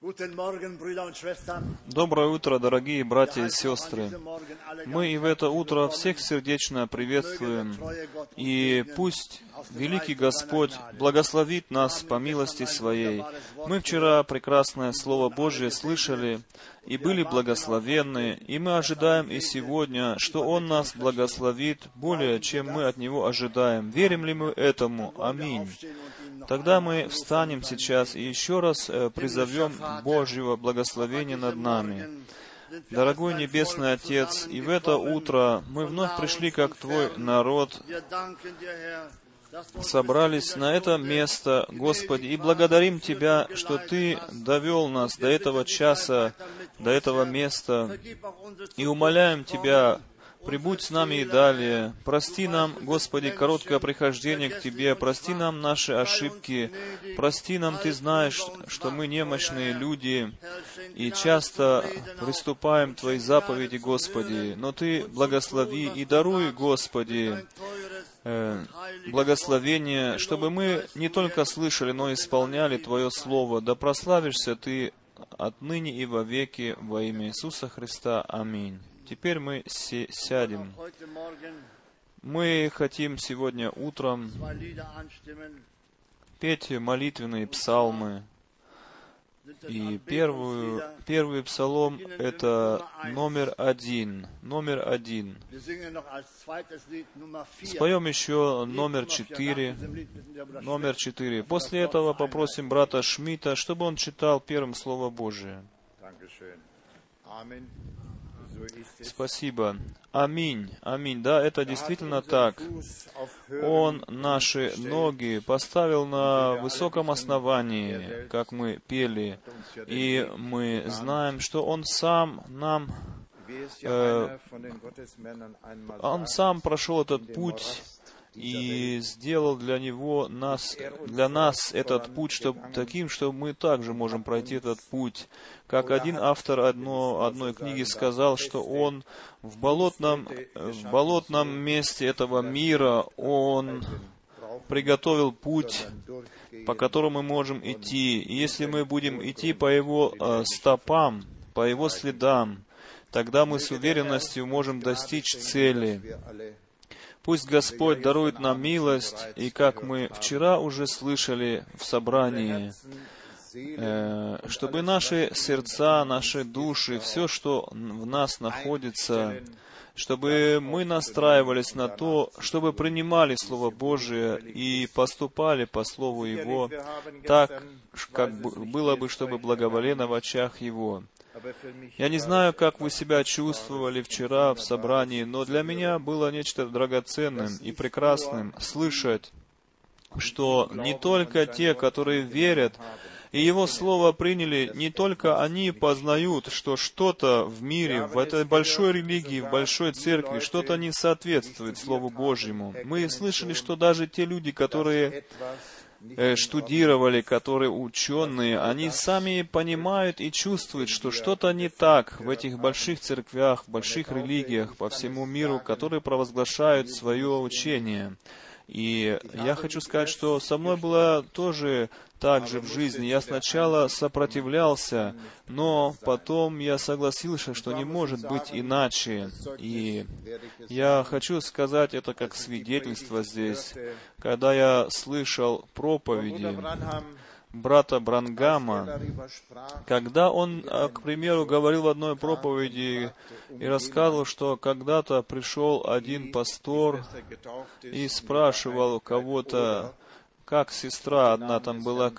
Доброе утро, дорогие братья и сестры. Мы и в это утро всех сердечно приветствуем, и пусть великий Господь благословит нас по милости Своей. Мы вчера прекрасное Слово Божие слышали и были благословенны, и мы ожидаем и сегодня, что Он нас благословит более, чем мы от Него ожидаем. Верим ли мы этому? Аминь. Тогда мы встанем сейчас и еще раз призовем Божьего благословения над нами. Дорогой Небесный Отец, и в это утро мы вновь пришли, как Твой народ, собрались на это место, Господи, и благодарим Тебя, что Ты довел нас до этого часа, до этого места, и умоляем Тебя, прибудь с нами и далее. Прости нам, Господи, короткое прихождение к Тебе, прости нам наши ошибки, прости нам, Ты знаешь, что мы немощные люди и часто приступаем Твои заповеди, Господи, но Ты благослови и даруй, Господи, благословение, чтобы мы не только слышали, но и исполняли Твое Слово. Да прославишься Ты отныне и вовеки во имя Иисуса Христа. Аминь. Теперь мы сядем. Мы хотим сегодня утром петь молитвенные псалмы. И первый псалом — это номер 1. Номер 1. Споем еще номер 4. Номер 4. После этого попросим брата Шмидта, чтобы он читал первым Слово Божие. Спасибо. Аминь. Аминь. Да, это действительно так. Он наши ноги поставил на высоком основании, как мы пели, и мы знаем, что Он сам нам, Он сам прошел этот путь и сделал для нас этот путь таким, что мы также можем пройти этот путь. Как один автор одной книги сказал, что он в болотном месте этого мира, он приготовил путь, по которому мы можем идти. И если мы будем идти по его стопам, по его следам, тогда мы с уверенностью можем достичь цели. Пусть Господь дарует нам милость, и как мы вчера уже слышали в собрании, чтобы наши сердца, наши души, все, что в нас находится, чтобы мы настраивались на то, чтобы принимали Слово Божие и поступали по Слову Его так, как было бы, чтобы благоволено в очах Его. Я не знаю, как вы себя чувствовали вчера в собрании, но для меня было нечто драгоценным и прекрасным слышать, что не только те, которые верят и Его Слово приняли, не только они познают, что что-то в мире, в этой большой религии, в большой церкви, что-то не соответствует Слову Божьему. Мы слышали, что даже те люди, которые штудировали, которые ученые, они сами понимают и чувствуют, что что-то не так в этих больших церквях, в больших религиях по всему миру, которые провозглашают свое учение. И я хочу сказать, что со мной было тоже так же в жизни. Я сначала сопротивлялся, но потом я согласился, что не может быть иначе. И я хочу сказать это как свидетельство здесь. Когда я слышал проповеди брата Бранхама, когда он, к примеру, говорил в одной проповеди и рассказывал, что когда-то пришел один пастор и спрашивал кого-то, как сестра одна там была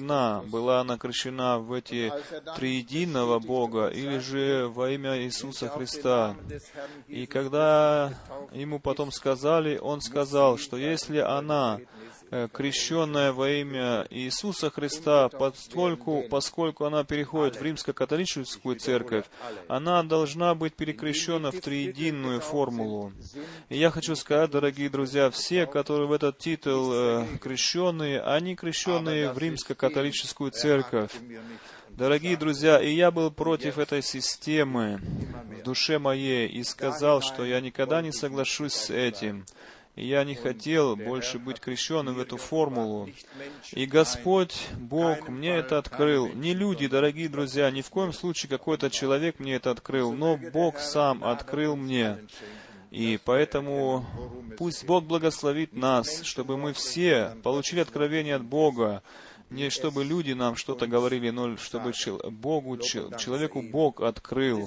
она крещена в эти триединого Бога или же во имя Иисуса Христа. И когда ему потом сказали, он сказал, что если она крещенная во имя Иисуса Христа, поскольку она переходит в римско-католическую церковь, она должна быть перекрещена в триединную формулу. И я хочу сказать, дорогие друзья, все, которые в этот титул крещенные, они крещенные в римско-католическую церковь. Дорогие друзья, и я был против этой системы в душе моей и сказал, что я никогда не соглашусь с этим. И я не хотел больше быть крещенным в эту формулу. И Господь, Бог, мне это открыл. Не люди, дорогие друзья, ни в коем случае какой-то человек мне это открыл, но Бог сам открыл мне. И поэтому пусть Бог благословит нас, чтобы мы все получили откровение от Бога, не чтобы люди нам что-то говорили, но чтобы человеку Бог открыл.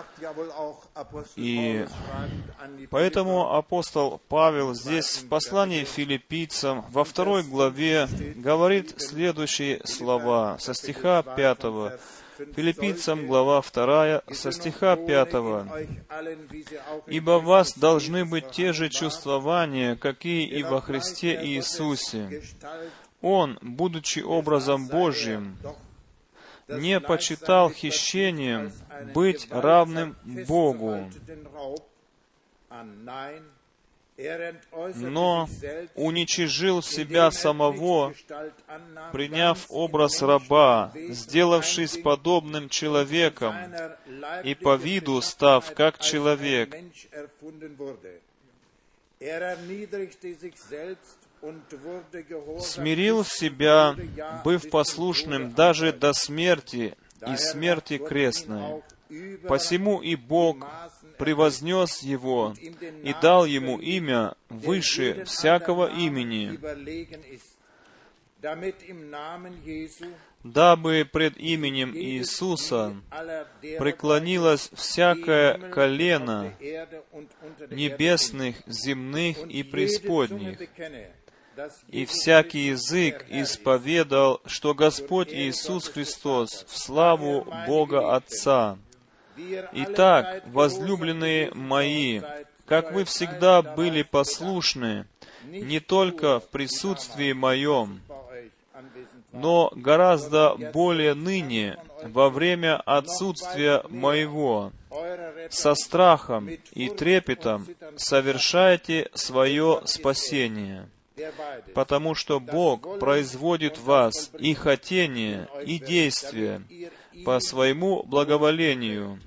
И поэтому апостол Павел здесь в послании филиппийцам во 2 главе говорит следующие слова со стиха 5. Филиппийцам, глава 2, со стиха 5. «Ибо в вас должны быть те же чувствования, какие и во Христе Иисусе. Он, будучи образом Божьим, не почитал хищением быть равным Богу, но уничижил себя самого, приняв образ раба, сделавшись подобным человеком, и по виду став как человек. Смирил себя, быв послушным даже до смерти и смерти крестной. Посему и Бог превознес его и дал ему имя выше всякого имени, дабы пред именем Иисуса преклонилось всякое колено небесных, земных и преисподних, и всякий язык исповедал, что Господь Иисус Христос в славу Бога Отца. Итак, возлюбленные мои, как вы всегда были послушны, не только в присутствии моем, но гораздо более ныне, во время отсутствия моего, со страхом и трепетом совершайте свое спасение, потому что Бог производит в вас и хотение, и действие по своему благоволению.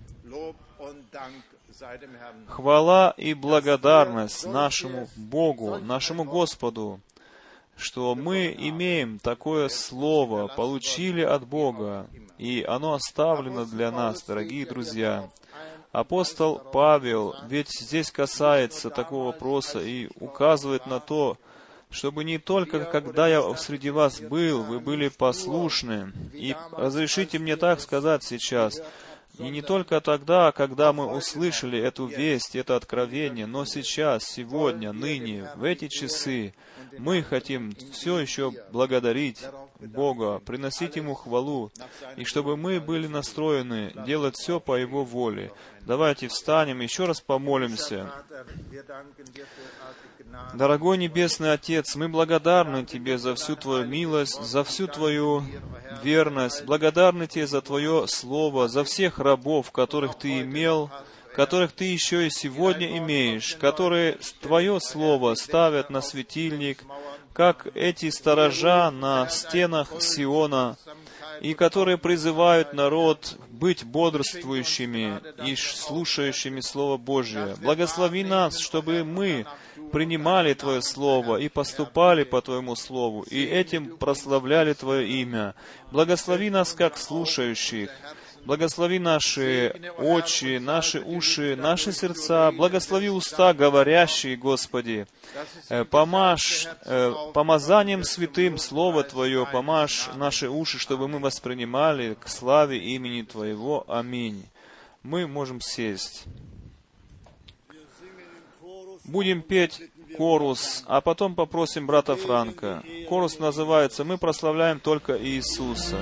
Хвала и благодарность нашему Богу, нашему Господу, что мы имеем такое Слово, получили от Бога, и оно оставлено для нас, дорогие друзья. Апостол Павел ведь здесь касается такого вопроса и указывает на то, чтобы не только, когда я среди вас был, вы были послушны. И разрешите мне так сказать сейчас, и не только тогда, когда мы услышали эту весть, это откровение, но сейчас, сегодня, ныне, в эти часы, мы хотим все еще благодарить Бога, приносить Ему хвалу, и чтобы мы были настроены делать все по Его воле. Давайте встанем, еще раз помолимся. Дорогой Небесный Отец, мы благодарны Тебе за всю Твою милость, за всю Твою верность, благодарны Тебе за Твое Слово, за всех рабов, которых Ты имел, которых Ты еще и сегодня имеешь, которые Твое Слово ставят на светильник, как эти сторожа на стенах Сиона, и которые призывают народ быть бодрствующими и слушающими Слово Божие. Благослови нас, чтобы мы принимали Твое Слово и поступали по Твоему Слову, и этим прославляли Твое имя. Благослови нас, как слушающих. Благослови наши очи, наши уши, наши сердца. Благослови уста говорящие, Господи. Помажь помазанием святым Слово Твое, помажь наши уши, чтобы мы воспринимали к славе имени Твоего. Аминь. Мы можем сесть. Будем петь хорус, а потом попросим брата Франка. Хорус называется «Мы прославляем только Иисуса».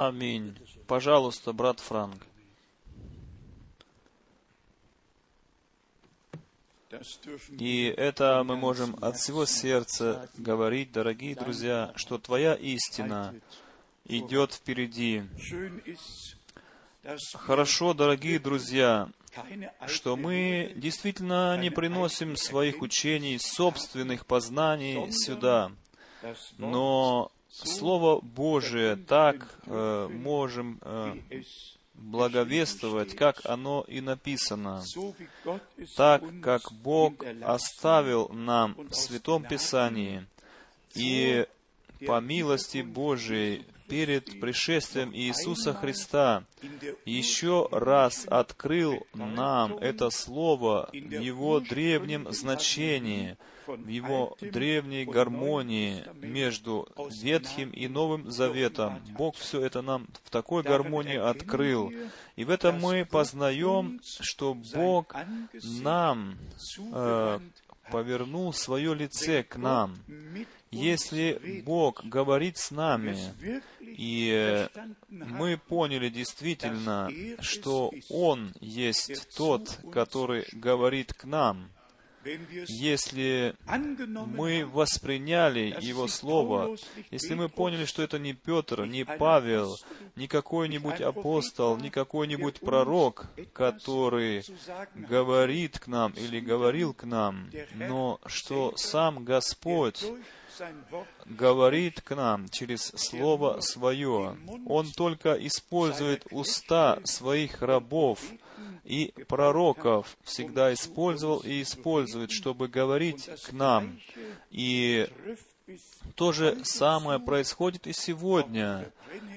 Аминь. Пожалуйста, брат Франк. И это мы можем от всего сердца говорить, дорогие друзья, что Твоя истина идет впереди. Хорошо, дорогие друзья, что мы действительно не приносим своих учений, собственных познаний сюда, но Слово Божие так можем благовествовать, как оно и написано, так, как Бог оставил нам в Святом Писании, и по милости Божией перед пришествием Иисуса Христа еще раз открыл нам это Слово в его древнем значении, в его древней гармонии между Ветхим и Новым Заветом. Бог все это нам в такой гармонии открыл. И в этом мы познаем, что Бог нам повернул свое лице к нам. Если Бог говорит с нами, и мы поняли действительно, что Он есть тот, который говорит к нам, если мы восприняли Его Слово, если мы поняли, что это не Петр, не Павел, не какой-нибудь апостол, не какой-нибудь пророк, который говорит к нам или говорил к нам, но что сам Господь говорит к нам через Слово Свое. Он только использует уста своих рабов и пророков, всегда использовал и использует, чтобы говорить к нам. И то же самое происходит и сегодня.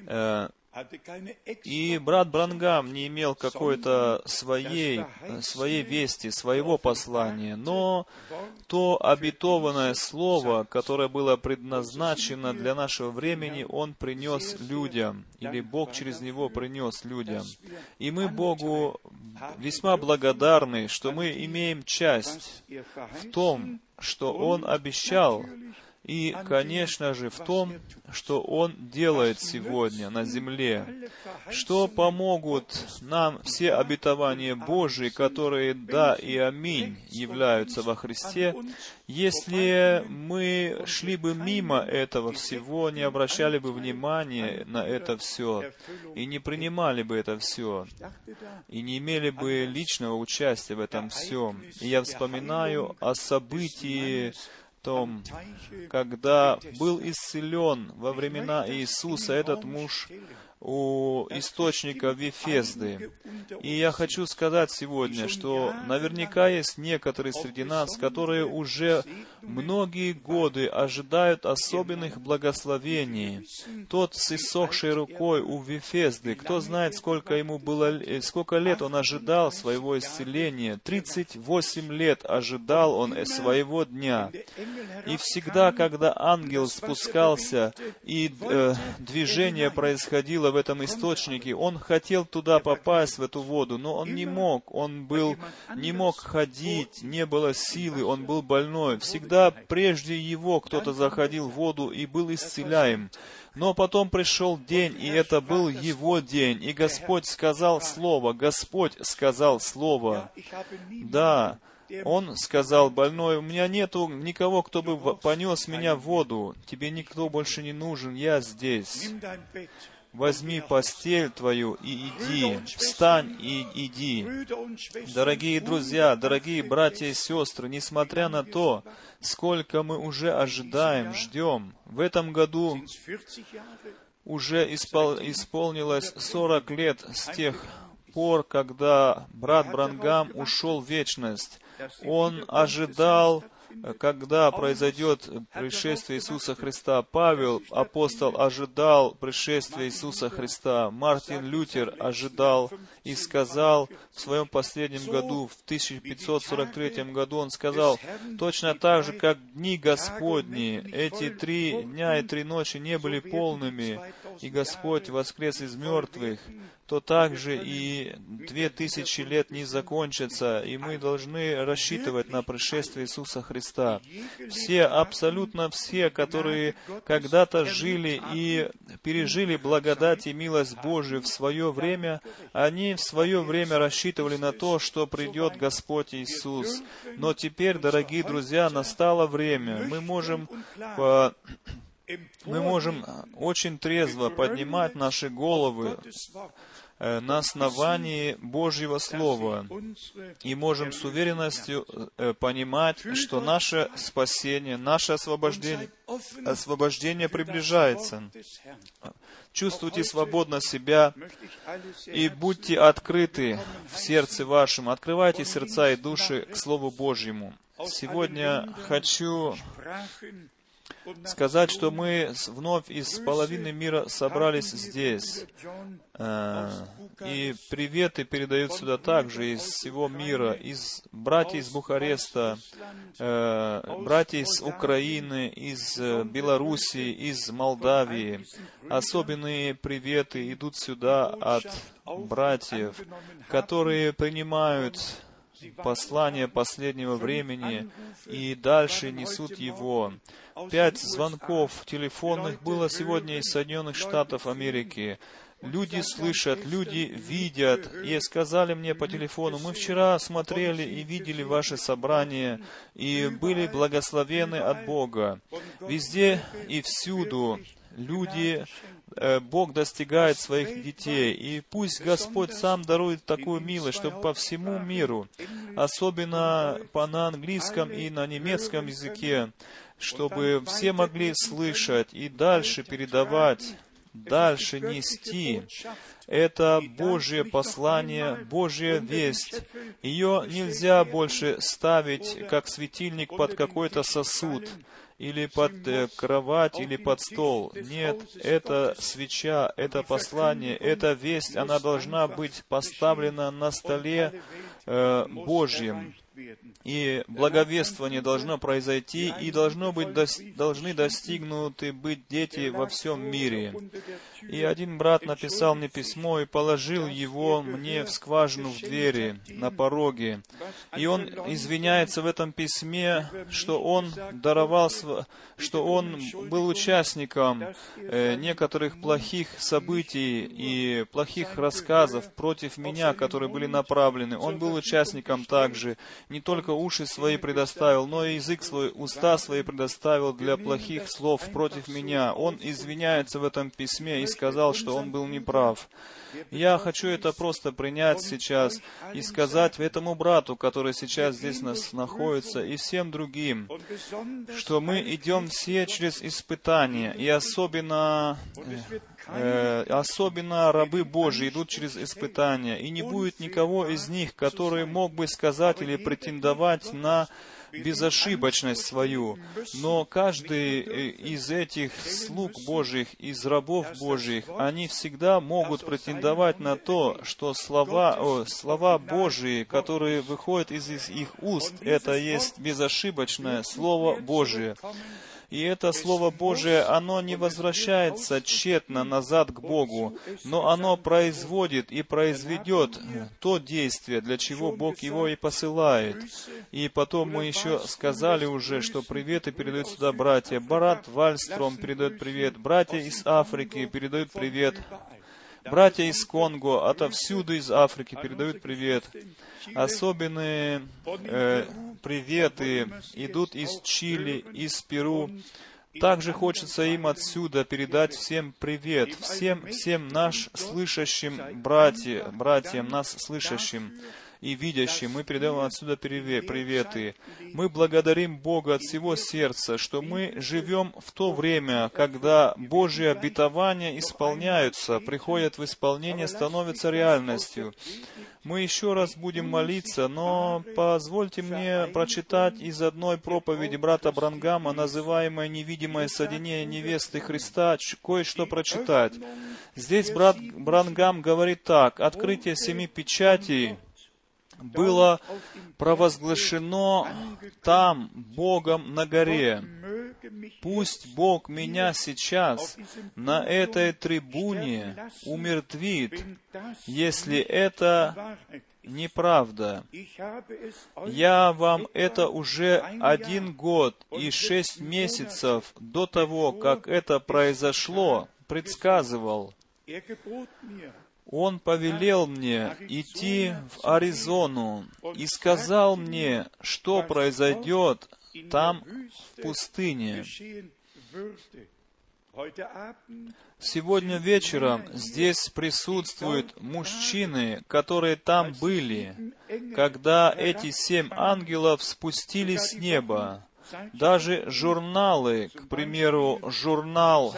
И брат Бранхам не имел какой-то своей вести, своего послания, но то обетованное слово, которое было предназначено для нашего времени, Он принес людям, или Бог через него принес людям. И мы Богу весьма благодарны, что мы имеем часть в том, что Он обещал, и, конечно же, в том, что Он делает сегодня на земле, что помогут нам все обетования Божии, которые «да» и «аминь» являются во Христе, если мы шли бы мимо этого всего, не обращали бы внимания на это все, и не принимали бы это все, и не имели бы личного участия в этом всем. И я вспоминаю о событии, том, когда был исцелен во времена Иисуса этот муж у источника Вифезды. И я хочу сказать сегодня, что наверняка есть некоторые среди нас, которые уже многие годы ожидают особенных благословений. Тот с иссохшей рукой у Вифезды, кто знает, сколько лет он ожидал своего исцеления. 38 лет ожидал он своего дня. И всегда, когда ангел спускался, и движение происходило в этом источнике, он хотел туда попасть, в эту воду, но он не мог. Не мог ходить, не было силы, он был больной. Всегда прежде его кто-то заходил в воду и был исцеляем. Но потом пришел день, и это был его день, и Господь сказал слово, Господь сказал слово. Да, он сказал больной: у меня нету никого, кто бы понес меня в воду. Тебе никто больше не нужен, я здесь. Возьми постель твою и иди, встань и иди. Дорогие друзья, дорогие братья и сестры, несмотря на то, сколько мы уже ожидаем, ждем, в этом году уже исполнилось 40 лет с тех пор, когда брат Бранхам ушел в вечность. Он ожидал, когда произойдет пришествие Иисуса Христа. Павел, апостол, ожидал пришествия Иисуса Христа. Мартин Лютер ожидал и сказал в своем последнем году, в 1543 году, он сказал: точно так же, как дни Господни, эти 3 дня и 3 ночи не были полными, и Господь воскрес из мертвых, то также и 2000 лет не закончатся, и мы должны рассчитывать на пришествие Иисуса Христа. Христа. Все, абсолютно все, которые когда-то жили и пережили благодать и милость Божию в свое время, они в свое время рассчитывали на то, что придет Господь Иисус. Но теперь, дорогие друзья, настало время. Мы можем очень трезво поднимать наши головы на основании Божьего Слова и можем с уверенностью понимать, что наше спасение, наше освобождение приближается. Чувствуйте свободно себя и будьте открыты в сердце вашем. Открывайте сердца и души к Слову Божьему. Сегодня хочу сказать, что мы вновь из половины мира собрались здесь. И приветы передают сюда также из всего мира, из братьев из Бухареста, братья из Украины, из Белоруссии, из Молдавии. Особенные приветы идут сюда от братьев, которые принимают послание последнего времени и дальше несут его. 5 звонков телефонных было сегодня из Соединенных Штатов Америки. Люди слышат, люди видят, и сказали мне по телефону: мы вчера смотрели и видели ваше собрание, и были благословены от Бога. Везде и всюду люди, Бог достигает своих детей, и пусть Господь сам дарует такую милость, чтобы по всему миру, особенно на английском и на немецком языке, чтобы все могли слышать и дальше передавать, дальше нести. Это Божье послание, Божья весть. Ее нельзя больше ставить как светильник под какой-то сосуд, или под кровать, или под стол. Нет, это свеча, это послание, эта весть, она должна быть поставлена на столе Божьем. И благовествование должно произойти, и должны достигнуты быть дети во всем мире. И один брат написал мне письмо и положил его мне в скважину в двери, на пороге. И он извиняется в этом письме, что он что он был участником некоторых плохих событий и плохих рассказов против меня, которые были направлены. Он был участником также. Не только уши свои предоставил, но и язык свой, уста свои предоставил для плохих слов против меня. Он извиняется в этом письме и сказал, что он был неправ. Я хочу это просто принять сейчас и сказать этому брату, который сейчас здесь находится, и всем другим, что мы идем все через испытания, и особенно рабы Божьи идут через испытания, и не будет никого из них, который мог бы сказать или претендовать на безошибочность свою. Но каждый из этих слуг Божьих, из рабов Божьих, они всегда могут претендовать на то, что слова Божьи, которые выходят из их уст, это есть безошибочное Слово Божие. И это Слово Божие, оно не возвращается тщетно назад к Богу, но оно производит и произведет то действие, для чего Бог его и посылает. И потом мы еще сказали уже, что приветы передают сюда братья. Брат Вальстром передает привет, братья из Африки передают привет, братья из Конго, отовсюду из Африки передают привет. Особенные приветы идут из Чили, из Перу. Также хочется им отсюда передать всем привет, всем наш слышащим братьям, нас слышащим и видящим. Мы передаем отсюда приветы. Мы благодарим Бога от всего сердца, что мы живем в то время, когда Божьи обетования исполняются, приходят в исполнение, становятся реальностью. Мы еще раз будем молиться, но позвольте мне прочитать из одной проповеди брата Бранхама, называемой «Невидимое соединение невесты Христа», кое-что прочитать. Здесь брат Бранхам говорит так: «Открытие 7 печатей было провозглашено там, Богом на горе. Пусть Бог меня сейчас на этой трибуне умертвит, если это неправда. Я вам это уже 1 год и 6 месяцев до того, как это произошло, предсказывал. Он повелел мне идти в Аризону и сказал мне, что произойдет там, в пустыне. Сегодня вечером здесь присутствуют мужчины, которые там были, когда эти 7 ангелов спустились с неба. Даже журналы, к примеру, журнал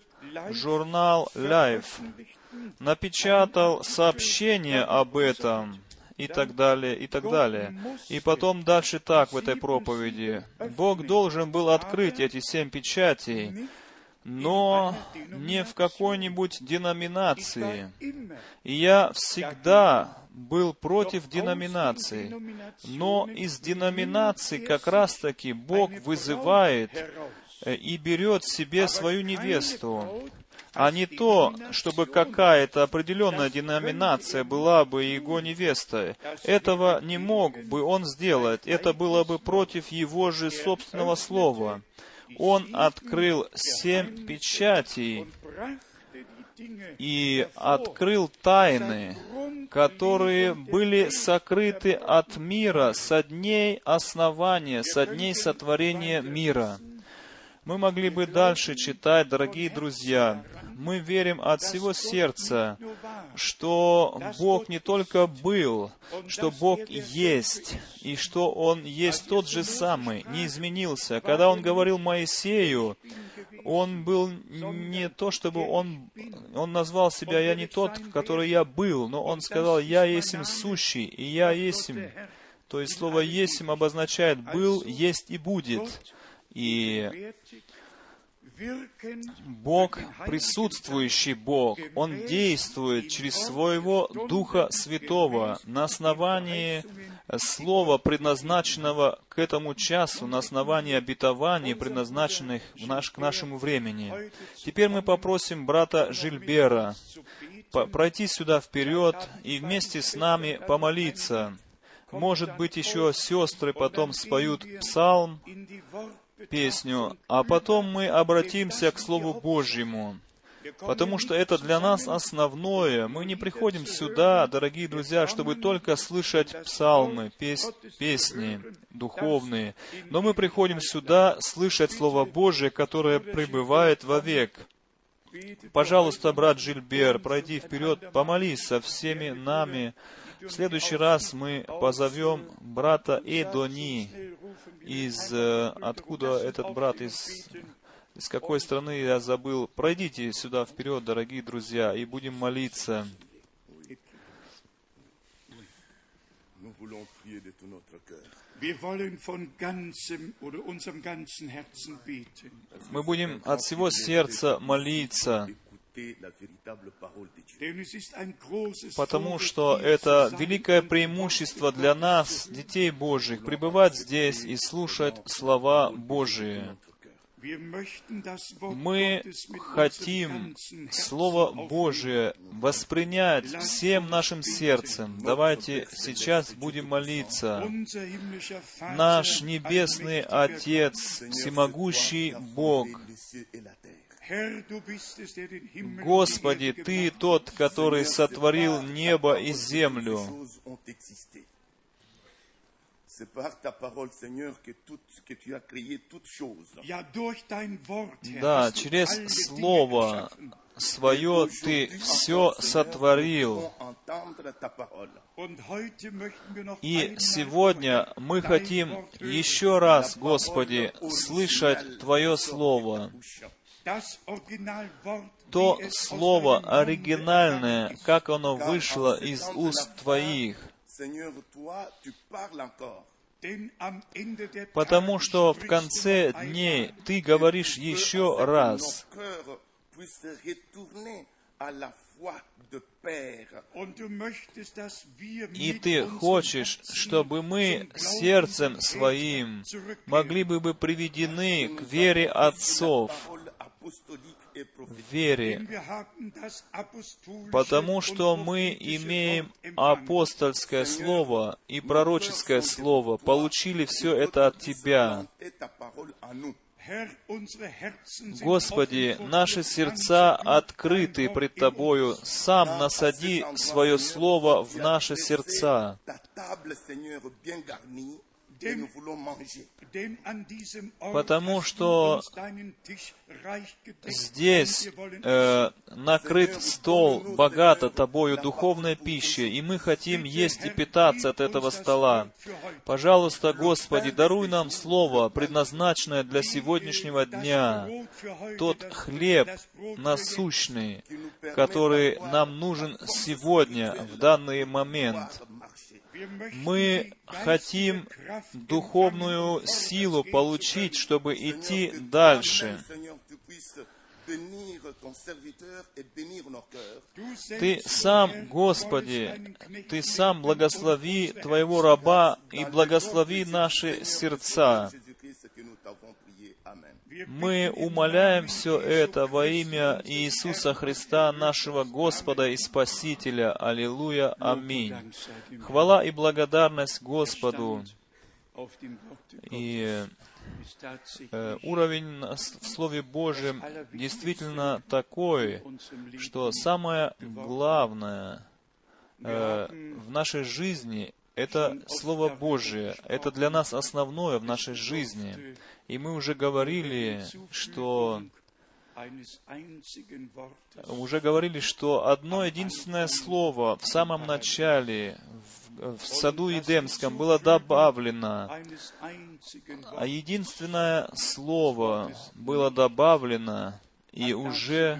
Life, напечатал сообщение об этом, и так далее, и так далее. И потом дальше так в этой проповеди. Бог должен был открыть эти 7 печатей, но не в какой-нибудь деноминации. И я всегда был против деноминаций. Но из деноминаций как раз-таки Бог вызывает и берет себе свою невесту, а не то, чтобы какая-то определенная деноминация была бы его невестой. Этого не мог бы он сделать. Это было бы против его же собственного слова. Он открыл 7 печатей и открыл тайны, которые были сокрыты от мира со дней основания, со дней сотворения мира. Мы могли бы дальше читать, дорогие друзья. Мы верим от всего сердца, что Бог не только был, что Бог есть, и что Он есть тот же самый, не изменился. Когда Он говорил Моисею, Он был не то, чтобы Он назвал себя «Я не тот, который я был», но Он сказал «Я есмь сущий, и я есмь». То есть слово «есмь» обозначает «был, есть и будет». И Бог, присутствующий Бог, Он действует через Своего Духа Святого на основании Слова, предназначенного к этому часу, на основании обетований, предназначенных к нашему времени. Теперь мы попросим брата Жильбера пройти сюда вперед и вместе с нами помолиться. Может быть, еще сестры потом споют псалм, песню, а потом мы обратимся к Слову Божьему, потому что это для нас основное. Мы не приходим сюда, дорогие друзья, чтобы только слышать псалмы, песни духовные, но мы приходим сюда слышать Слово Божие, которое пребывает вовек. Пожалуйста, брат Жильбер, пройди вперед, помолись со всеми нами. В следующий раз мы позовем брата Эдони. Откуда этот брат, из какой страны, я забыл. Пройдите сюда вперед, дорогие друзья, и будем молиться. Мы будем от всего сердца молиться, потому что это великое преимущество для нас, детей Божьих, пребывать здесь и слушать слова Божии. Мы хотим Слово Божие воспринять всем нашим сердцем. Давайте сейчас будем молиться. Наш Небесный Отец, Всемогущий Бог, Господи, Ты тот, который сотворил небо и землю. Да, через Слово Свое Ты все сотворил. И сегодня мы хотим еще раз, Господи, слышать Твое Слово. То Слово оригинальное, как оно вышло из уст Твоих. Потому что в конце дней Ты говоришь еще раз. И Ты хочешь, чтобы мы сердцем своим могли бы быть приведены к вере отцов. в вере, потому что мы имеем апостольское слово и пророческое слово, получили все это от Тебя. Господи, наши сердца открыты пред Тобою. Сам насади свое слово в наши сердца. Потому что здесь накрыт стол богато Тобою духовной пищей, и мы хотим есть и питаться от этого стола. Пожалуйста, Господи, даруй нам слово, предназначенное для сегодняшнего дня, тот хлеб насущный, который нам нужен сегодня, в данный момент. Мы хотим духовную силу получить, чтобы идти дальше. Ты сам, Господи, Ты сам благослови Твоего раба и благослови наши сердца. Мы умоляем все это во имя Иисуса Христа, нашего Господа и Спасителя. Аллилуйя. Аминь. Хвала и благодарность Господу. И уровень в Слове Божьем действительно такой, что самое главное в нашей жизни — это Слово Божие. Это для нас основное в нашей жизни. И мы уже говорили, что одно единственное слово в самом начале, в саду Эдемском, было добавлено, а единственное слово было добавлено, и уже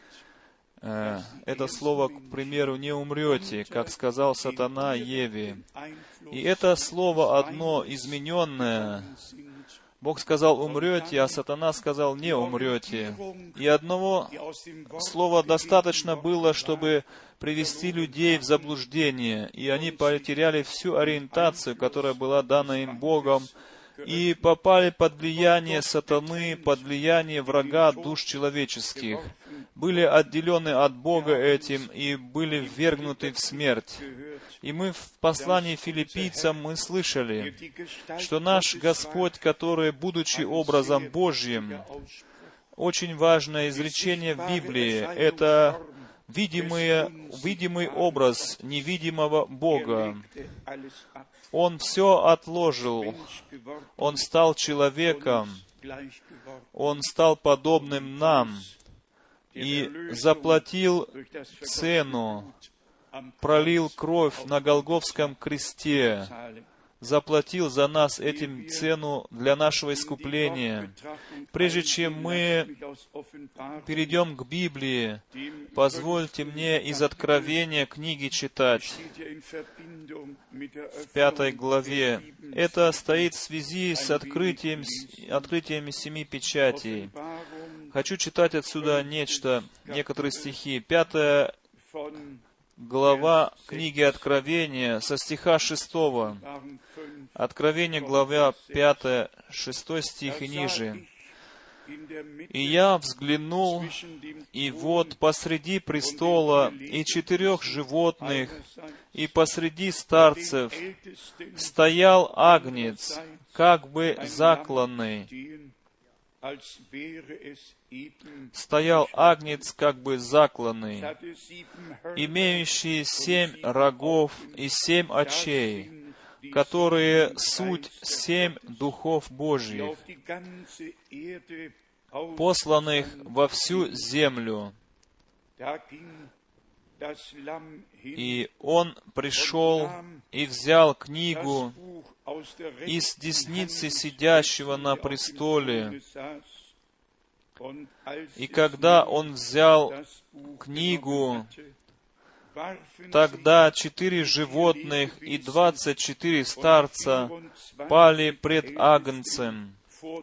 это слово, к примеру, «не умрете», как сказал сатана Еве. И это слово одно измененное, Бог сказал «умрете», а сатана сказал «не умрете». И одного слова достаточно было, чтобы привести людей в заблуждение, и они потеряли всю ориентацию, которая была дана им Богом, и попали под влияние сатаны, под влияние врага душ человеческих, были отделены от Бога этим и были ввергнуты в смерть. И мы в послании филиппийцам мы слышали, что наш Господь, который, будучи образом Божьим, очень важное изречение в Библии, это видимый образ невидимого Бога. Он все отложил. Он стал человеком. Он стал подобным нам. И заплатил цену, пролил кровь на Голгофском кресте, заплатил за нас этим цену для нашего искупления. Прежде чем мы перейдем к Библии, позвольте мне из Откровения книги читать в 5 главе. Это стоит в связи с открытием 7 печатей. Хочу читать отсюда некоторые стихи. 5 глава книги Откровения со стиха 6. Откровение, глава 5, 6 стих и ниже. «И я взглянул, и вот посреди престола и 4 животных, и посреди старцев стоял агнец, как бы закланный». Стоял агнец, как бы закланный, имеющий 7 рогов и 7 очей, которые суть 7 духов Божьих, посланных во всю землю. И он пришел и взял книгу из десницы сидящего на престоле. И когда он взял книгу, тогда 4 животных и 24 старца пали пред Агнцем,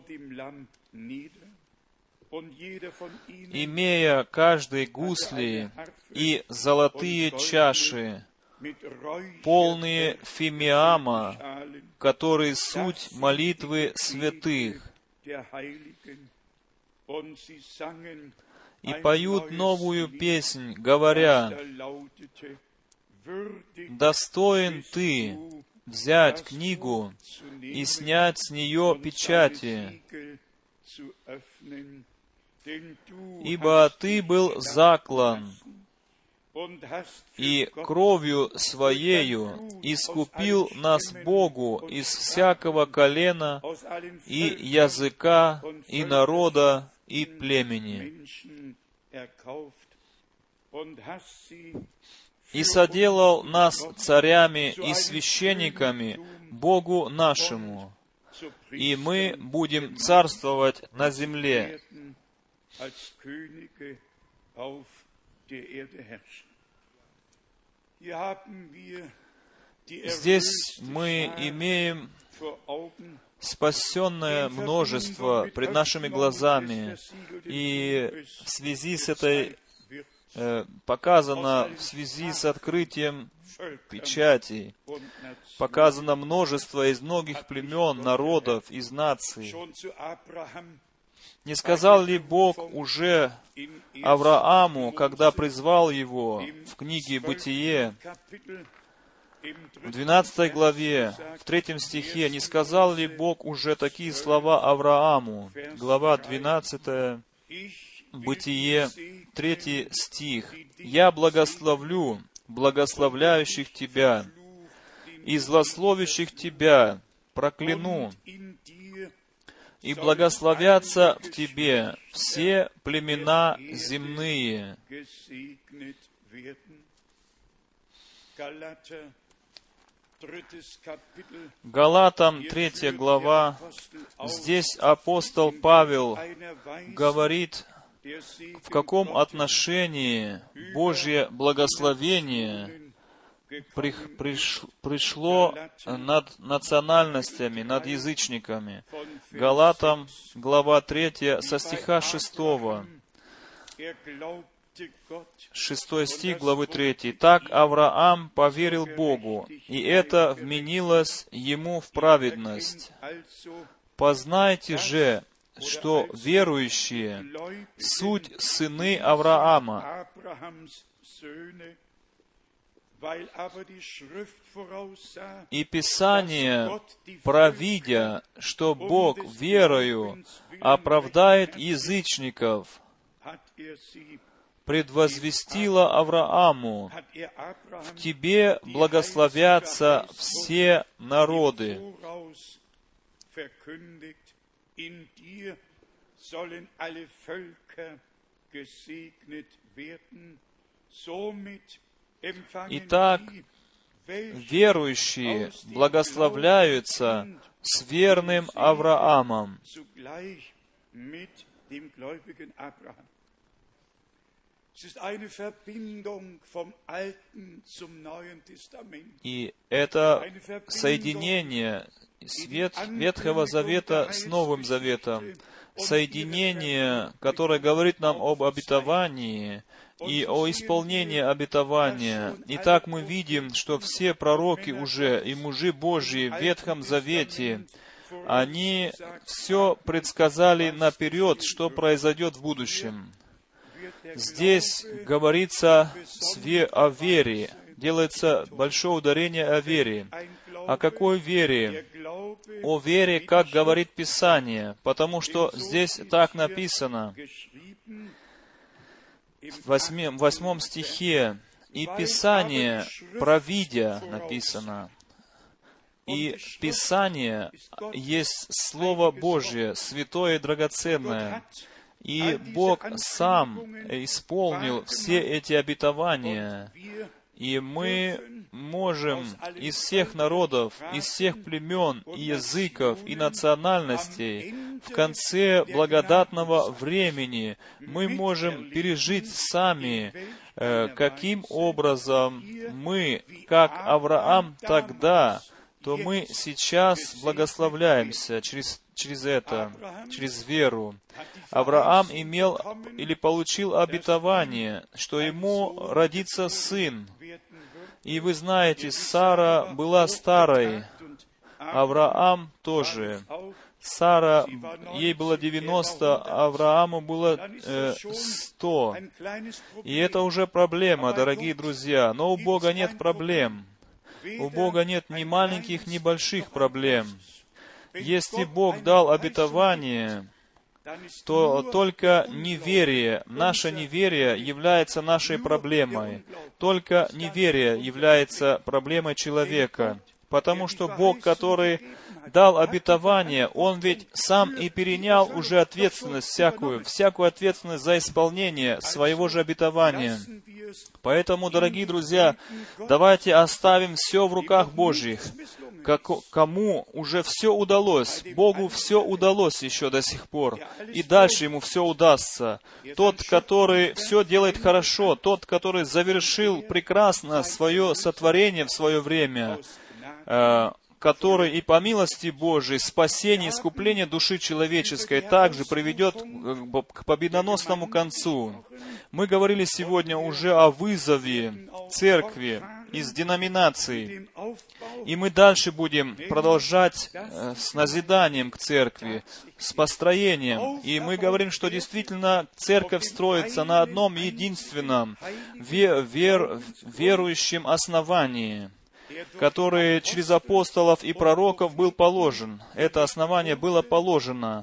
имея каждый гусли и золотые чаши, полные фимиама, которые суть молитвы святых. и поют новую песнь, говоря: «Достоин Ты взять книгу и снять с нее печати, ибо Ты был заклан, и кровью Своею искупил нас Богу из всякого колена и языка, и народа, и племени. И соделал нас царями и священниками Богу нашему, и мы будем царствовать на земле». Здесь мы имеем спасенное множество пред нашими глазами, и в связи с этой показано, в связи с открытием печати, показано множество из многих племен, народов, из наций. Не сказал ли Бог уже Аврааму, когда призвал его в книге «Бытие», в 12 главе, в 3 стихе, не сказал ли Бог уже такие слова Аврааму? Глава 12, Бытие, 3 стих. «Я благословлю благословляющих тебя, и злословящих тебя прокляну, и благословятся в тебе все племена земные». Галатам 3 глава, здесь апостол Павел говорит, в каком отношении Божье благословение пришло над национальностями, над язычниками. Галатам, глава 3, со стиха 6. 6 стих главы 3. «Так Авраам поверил Богу, и это вменилось ему в праведность. Познайте же, что верующие суть сыны Авраама, и Писание, провидя, что Бог верою оправдает язычников, предвозвестило Аврааму: в тебе благословятся все народы». Итак, верующие благословляются с верным Авраамом. И это соединение Ветхого Завета с Новым Заветом, соединение, которое говорит нам об обетовании и о исполнении обетования. Итак, мы видим, что все пророки уже и мужи Божьи в Ветхом Завете, они все предсказали наперед, что произойдет в будущем. Здесь говорится о вере, делается большое ударение о вере. О какой вере? О вере, как говорит Писание, потому что здесь так написано. В 8 стихе: «И Писание, провидя», написано. И Писание есть Слово Божье, святое и драгоценное. И Бог Сам исполнил все эти обетования. И мы можем из всех народов, из всех племен, и языков, и национальностей в конце благодатного времени мы можем пережить сами, каким образом мы, как Авраам тогда, то мы сейчас благословляемся через это, через веру. Авраам имел или получил обетование, что ему родится сын. И вы знаете, Сара была старой, Авраам тоже. Сара, ей было 90, а Аврааму было 100. И это уже проблема, дорогие друзья. Но у Бога нет проблем. У Бога нет ни маленьких, ни больших проблем. Если Бог дал обетование, то только неверие, наше неверие является нашей проблемой. Только неверие является проблемой человека. Потому что Бог, который дал обетование, Он ведь сам и перенял уже ответственность всякую ответственность за исполнение своего же обетования. Поэтому, дорогие друзья, давайте оставим все в руках Божьих. Кому уже все удалось, Богу все удалось еще до сих пор, и дальше Ему все удастся. Тот, который все делает хорошо, тот, который завершил прекрасно свое сотворение в свое время, который и по милости Божией спасение, искупление души человеческой также приведет к победоносному концу. Мы говорили сегодня уже о вызове церкви из деноминаций. И мы дальше будем продолжать с назиданием к церкви, с построением. И мы говорим, что действительно церковь строится на одном единственном верующем основании, который через апостолов и пророков был положен. Это основание было положено,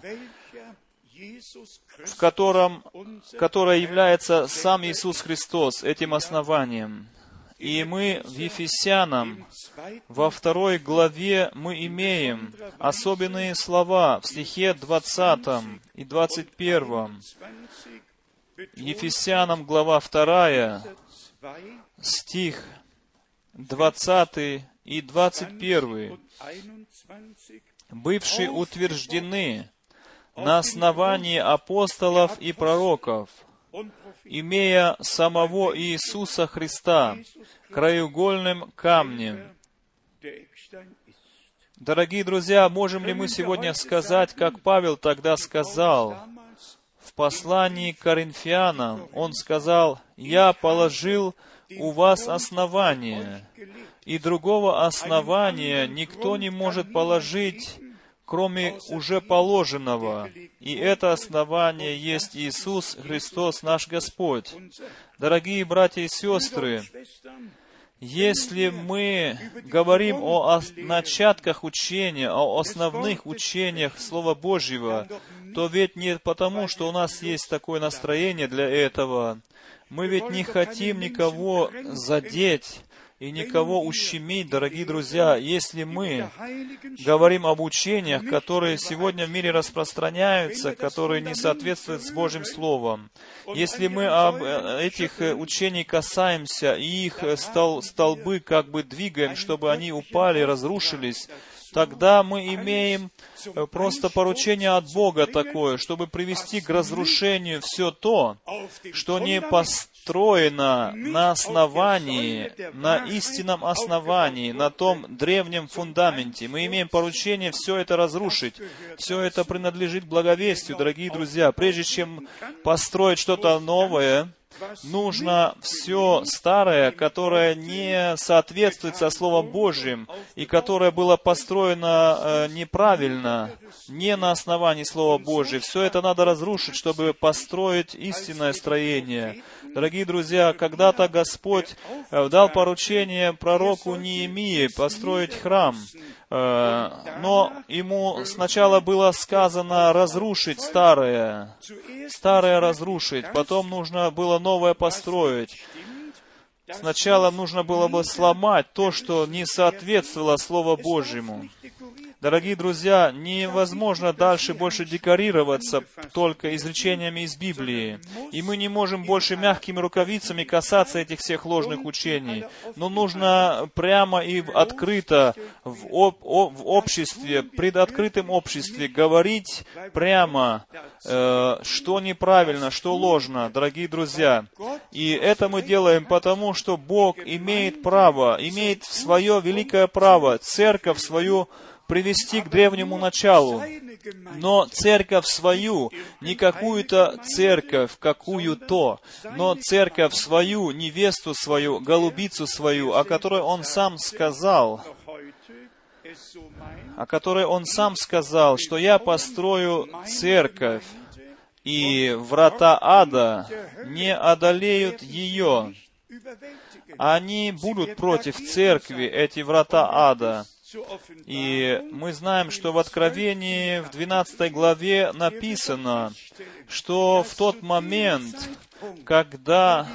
которое является сам Иисус Христос, этим основанием. И мы в Ефесянам, во 2 главе, мы имеем особенные слова в стихе 20 и 21. Ефесянам, глава 2, стих 20 и 21. «Бывшие утверждены на основании апостолов и пророков, имея самого Иисуса Христа краеугольным камнем». Дорогие друзья, можем ли мы сегодня сказать, как Павел тогда сказал в послании к Коринфянам? Он сказал: «Я положил у вас основание, и другого основания никто не может положить, кроме уже положенного. И это основание есть Иисус Христос наш Господь». Дорогие братья и сестры, если мы говорим о начатках учения, о основных учениях Слова Божьего, то ведь не потому, что у нас есть такое настроение для этого. Мы ведь не хотим никого задеть и никого ущемить, дорогие друзья, если мы говорим об учениях, которые сегодня в мире распространяются, которые не соответствуют с Божьим Словом. Если мы об этих учениях касаемся и их столбы как бы двигаем, чтобы они упали, разрушились, тогда мы имеем просто поручение от Бога такое, чтобы привести к разрушению все то, что не построено на основании, на истинном основании, на том древнем фундаменте. Мы имеем поручение все это разрушить. Все это принадлежит благовестию, дорогие друзья. Прежде чем построить что-то новое, нужно все старое, которое не соответствует со Словом Божьим, и которое было построено неправильно, не на основании Слова Божьего. Все это надо разрушить, чтобы построить истинное строение. Дорогие друзья, когда-то Господь дал поручение пророку Неемии построить храм, но ему сначала было сказано разрушить старое разрушить, потом нужно было новое построить. Сначала нужно было бы сломать то, что не соответствовало Слову Божьему. Дорогие друзья, невозможно дальше больше декорироваться только изречениями из Библии. И мы не можем больше мягкими рукавицами касаться этих всех ложных учений. Но нужно прямо и открыто в обществе, пред открытым обществе говорить прямо, что неправильно, что ложно, дорогие друзья. И это мы делаем потому, что Бог имеет право, имеет свое великое право, церковь свою привести к древнему началу. Но церковь свою, не какую-то церковь, какую-то, но церковь свою, невесту свою, голубицу свою, о которой Он сам сказал. о которой Он сам сказал, что «Я построю церковь, и врата ада не одолеют ее». Они будут против церкви, эти врата ада. И мы знаем, что в Откровении, в 12 главе написано, что в тот момент, когда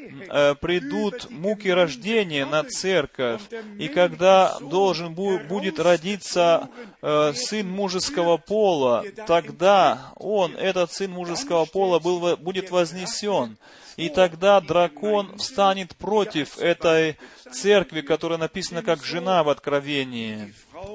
придут муки рождения на церковь, и когда должен будет родиться сын мужеского пола, тогда этот сын мужеского пола будет вознесен. И тогда дракон встанет против этой церкви, которая написана как жена в Откровении.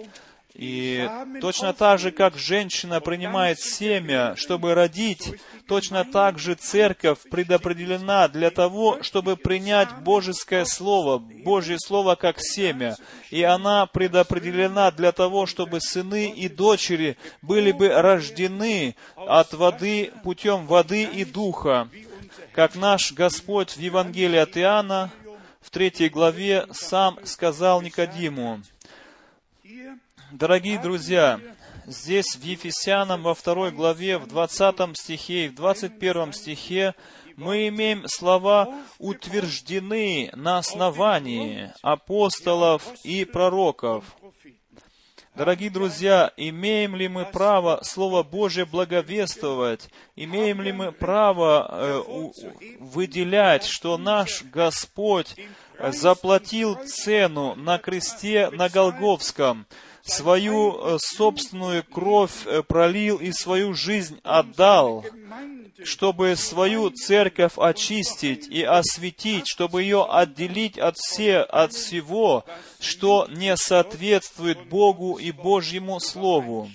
И точно так же, как женщина принимает семя, чтобы родить, точно так же церковь предопределена для того, чтобы принять Божеское Слово, Божье Слово как семя. И она предопределена для того, чтобы сыны и дочери были бы рождены от воды, путем воды и духа. Как наш Господь в Евангелии от Иоанна, в 3 главе, сам сказал Никодиму. Дорогие друзья, здесь в Ефесянам во 2 главе, в 20 стихе и в 21 стихе мы имеем слова «утверждены на основании апостолов и пророков». Дорогие друзья, имеем ли мы право Слово Божие благовествовать? Имеем ли мы право выделять, что наш Господь заплатил цену на кресте на Голгофском, свою собственную кровь пролил и свою жизнь отдал, чтобы свою церковь очистить и осветить, чтобы ее отделить от всего, что не соответствует Богу и Божьему Слову.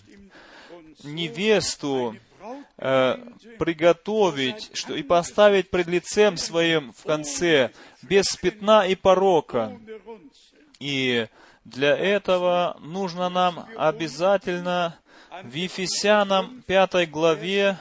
Невесту приготовить и поставить пред лицем Своим в конце, без пятна и порока. И для этого нужно нам обязательно в Ефесянам 5 главе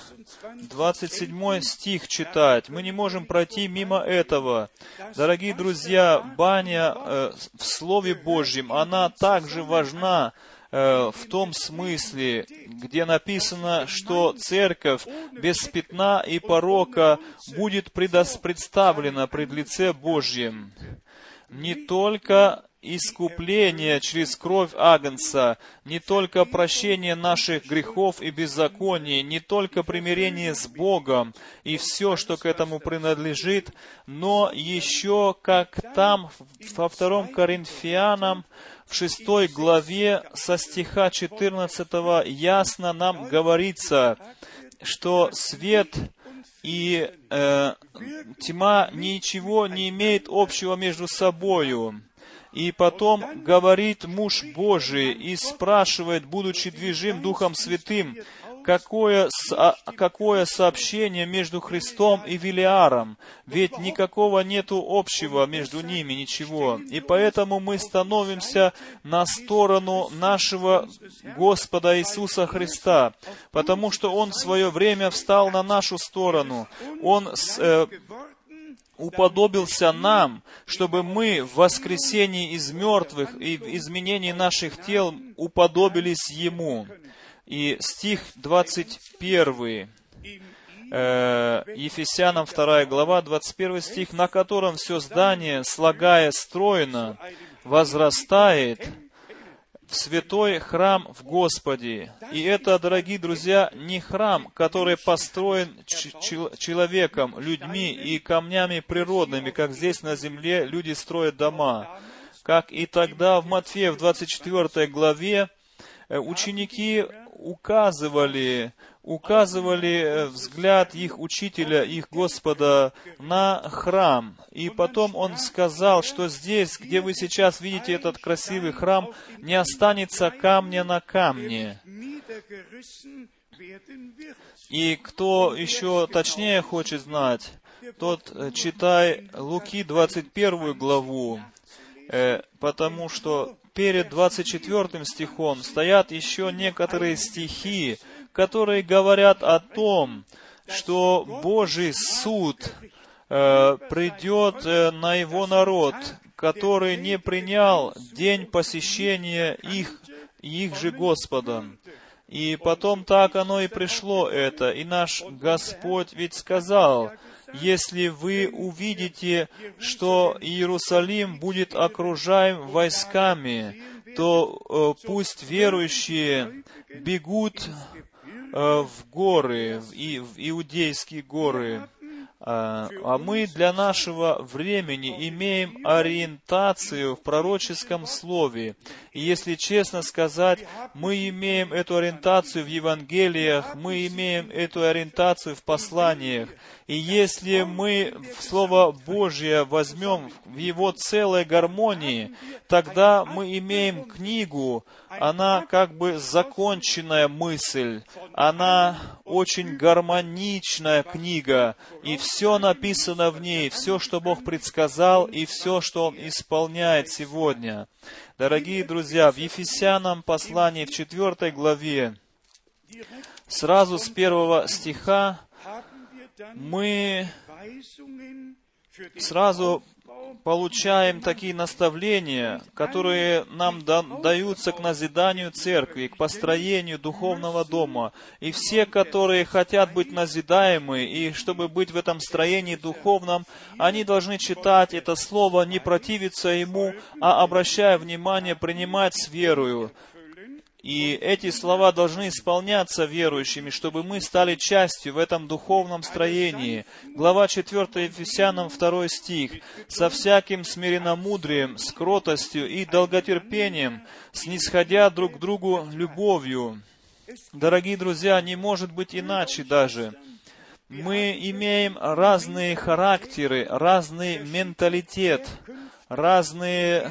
27 стих читать. Мы не можем пройти мимо этого. Дорогие друзья, баня в Слове Божьем, она также важна в том смысле, где написано, что церковь без пятна и порока будет представлена пред лице Божьим. Не только искупление через кровь Агнца, не только прощение наших грехов и беззаконий, не только примирение с Богом и все, что к этому принадлежит, но еще, как там во 2 Коринфянам, в 6 главе, со стиха 14 ясно нам говорится, что свет и тьма ничего не имеют общего между собою. И потом говорит муж Божий и спрашивает, будучи движим Духом Святым, какое сообщение между Христом и Велиаром? Ведь никакого нету общего между ними, ничего. И поэтому мы становимся на сторону нашего Господа Иисуса Христа, потому что Он в свое время встал на нашу сторону. Он уподобился нам, чтобы мы в воскресении из мертвых и в изменении наших тел уподобились Ему. И стих 21, Ефесянам 2 глава, 21 стих, на котором все здание, слагая стройно, возрастает в святой храм в Господе. И это, дорогие друзья, не храм, который построен человеком, людьми и камнями природными, как здесь на земле люди строят дома. Как и тогда в Матфея, в 24 главе, ученики указывали взгляд их учителя, их Господа, на храм. И потом он сказал, что здесь, где вы сейчас видите этот красивый храм, не останется камня на камне. И кто еще точнее хочет знать, тот читай Луки 21 главу, потому что перед 24 стихом стоят еще некоторые стихи, которые говорят о том, что Божий суд придет на Его народ, который не принял день посещения их их же Господом. И потом так оно и пришло это. И наш Господь ведь сказал: если вы увидите, что Иерусалим будет окружаем войсками, то пусть верующие бегут в горы, в иудейские горы. А мы для нашего времени имеем ориентацию в пророческом слове. И если честно сказать, мы имеем эту ориентацию в Евангелиях, мы имеем эту ориентацию в посланиях. И если мы Слово Божье возьмем в его целой гармонии, тогда мы имеем книгу, она как бы законченная мысль, она очень гармоничная книга, и все написано в ней, все, что Бог предсказал, и все, что Он исполняет сегодня. Дорогие друзья, в Ефесянам послании в 4 главе, сразу с 1 стиха, мы сразу получаем такие наставления, которые нам даются к назиданию церкви, к построению духовного дома. И все, которые хотят быть назидаемы, и чтобы быть в этом строении духовном, они должны читать это слово, не противиться ему, а, обращая внимание, принимать с верою. И эти слова должны исполняться верующими, чтобы мы стали частью в этом духовном строении. Глава 4 Ефесянам 2 стих. «Со всяким смиренномудрием, с кротостью и долготерпением, снисходя друг к другу любовью». Дорогие друзья, не может быть иначе даже. Мы имеем разные характеры, разный менталитет, разное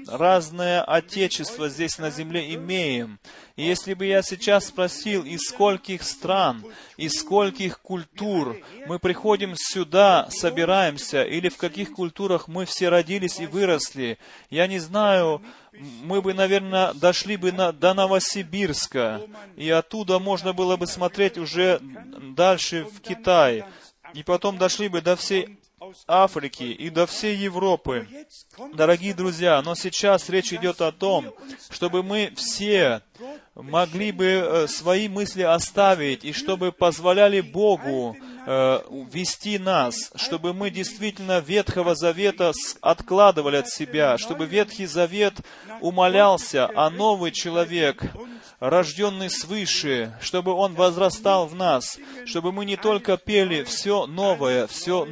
отечество здесь на земле имеем. И если бы я сейчас спросил, из скольких стран, из скольких культур мы приходим сюда, собираемся, или в каких культурах мы все родились и выросли, я не знаю, мы бы, наверное, дошли бы до Новосибирска, и оттуда можно было бы смотреть уже дальше в Китай, и потом дошли бы до всей Африки и до всей Европы. Дорогие друзья, но сейчас речь идет о том, чтобы мы все могли бы свои мысли оставить, и чтобы позволяли Богу вести нас, чтобы мы действительно Ветхого Завета откладывали от себя, чтобы Ветхий Завет умалялся, а новый человек, рожденный свыше, чтобы он возрастал в нас, чтобы мы не только пели все новое,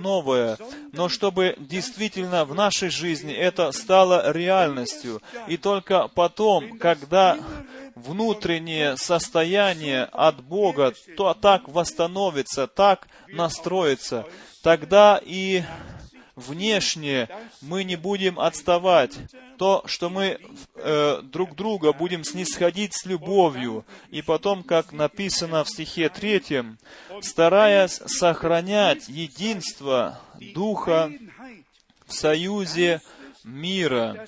но чтобы действительно в нашей жизни это стало реальностью. И только потом, когда внутреннее состояние от Бога то так восстановится, так настроится, тогда и внешне мы не будем отставать. То, что мы друг друга будем снисходить с любовью. И потом, как написано в стихе 3, стараясь сохранять единство Духа в союзе мира.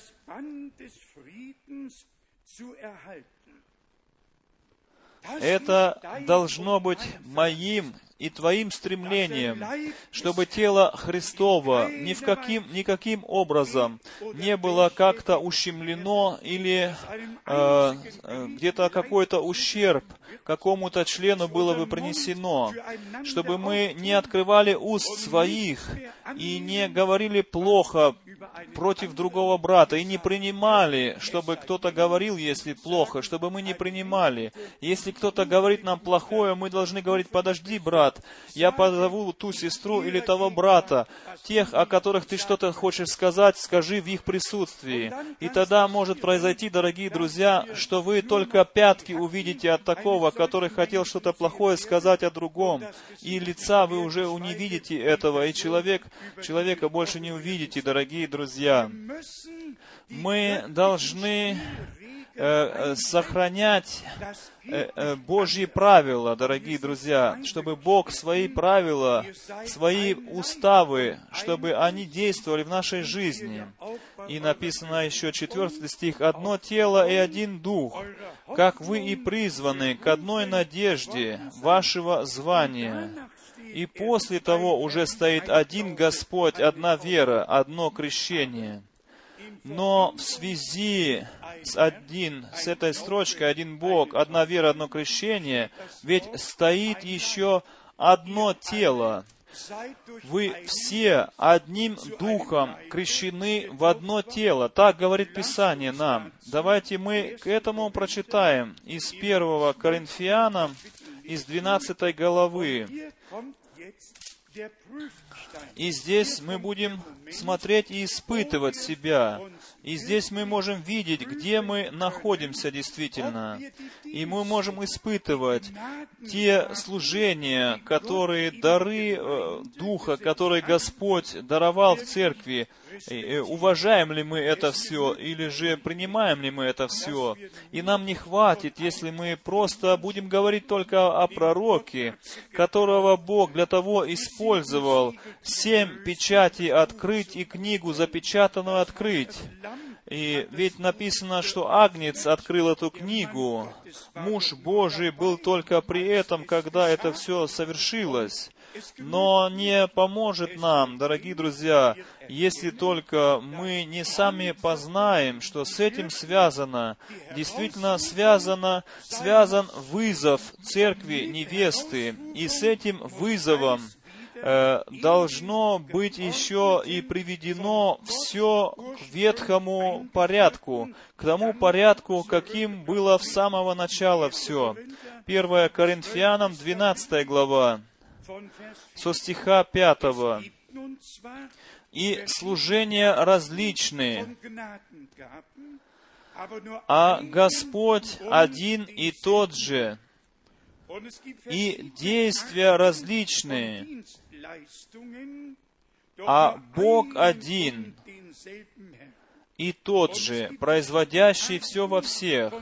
Это должно быть моим и твоим стремлением, чтобы тело Христово никаким образом не было как-то ущемлено или где-то какой-то ущерб какому-то члену было бы принесено, чтобы мы не открывали уст своих и не говорили плохо против другого брата, и не принимали, чтобы кто-то говорил, если плохо, чтобы мы не принимали. Если кто-то говорит нам плохое, мы должны говорить: подожди, брат, я позову ту сестру или того брата, тех, о которых ты что-то хочешь сказать, скажи в их присутствии. И тогда может произойти, дорогие друзья, что вы только пятки увидите от такого, который хотел что-то плохое сказать о другом, и лица вы уже не видите этого, и человека больше не увидите, дорогие друзья. Мы должны сохранять Божьи правила, дорогие друзья, чтобы Бог свои правила, свои уставы, чтобы они действовали в нашей жизни. И написано еще 4 стих: «Одно тело и один дух, как вы и призваны к одной надежде вашего звания». И после того уже стоит один Господь, одна вера, одно крещение. Но в связи с этой строчкой «Один Бог, одна вера, одно крещение», ведь стоит еще одно тело. Вы все одним духом крещены в одно тело. Так говорит Писание нам. Давайте мы к этому прочитаем из 1 Коринфянам, из 12 главы. И здесь мы будем смотреть и испытывать себя. И здесь мы можем видеть, где мы находимся действительно. И мы можем испытывать те служения, которые, дары Духа, которые Господь даровал в церкви. Уважаем ли мы это все, или же принимаем ли мы это все? И нам не хватит, если мы просто будем говорить только о пророке, которого Бог для того использовал 7 печатей открыть и книгу запечатанную открыть. И ведь написано, что Агнец открыл эту книгу. Муж Божий был только при этом, когда это все совершилось. Но не поможет нам, дорогие друзья, если только мы не сами познаем, что с этим связано, действительно связан вызов церкви невесты. И с этим вызовом должно быть еще и приведено все к ветхому порядку, к тому порядку, каким было в самого начала все. 1 Коринфянам, 12 глава, со стиха 5. «И служения различные, а Господь один и тот же, и действия различные, а Бог один и тот же, производящий все во всех».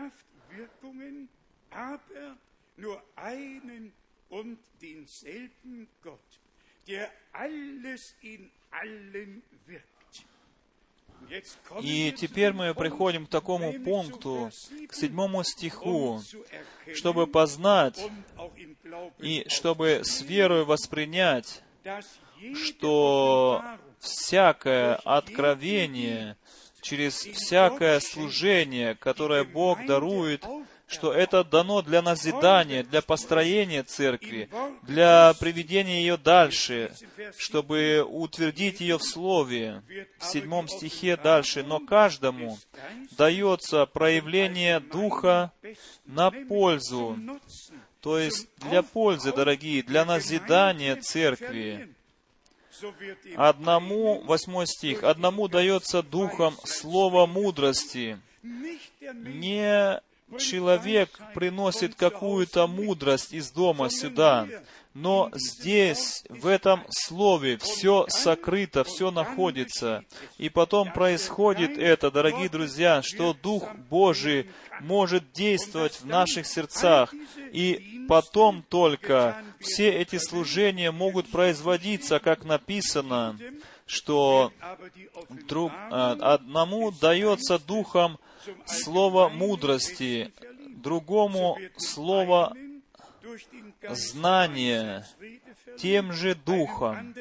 И теперь мы приходим к такому пункту, к 7 стиху, чтобы познать и чтобы с верой воспринять, что всякое откровение, через всякое служение, которое Бог дарует, что это дано для назидания, для построения церкви, для приведения ее дальше, чтобы утвердить ее в Слове. В 7 стихе дальше. «Но каждому дается проявление Духа на пользу». То есть для пользы, дорогие, для назидания церкви. Одному, 8 стих, «Одному дается Духом слово мудрости». Не человек приносит какую-то мудрость из дома сюда, но здесь, в этом слове, все сокрыто, все находится. И потом происходит это, дорогие друзья, что Дух Божий может действовать в наших сердцах. И потом только все эти служения могут производиться, как написано, что одному дается Духом слово мудрости, другому слово знания, тем же Духом,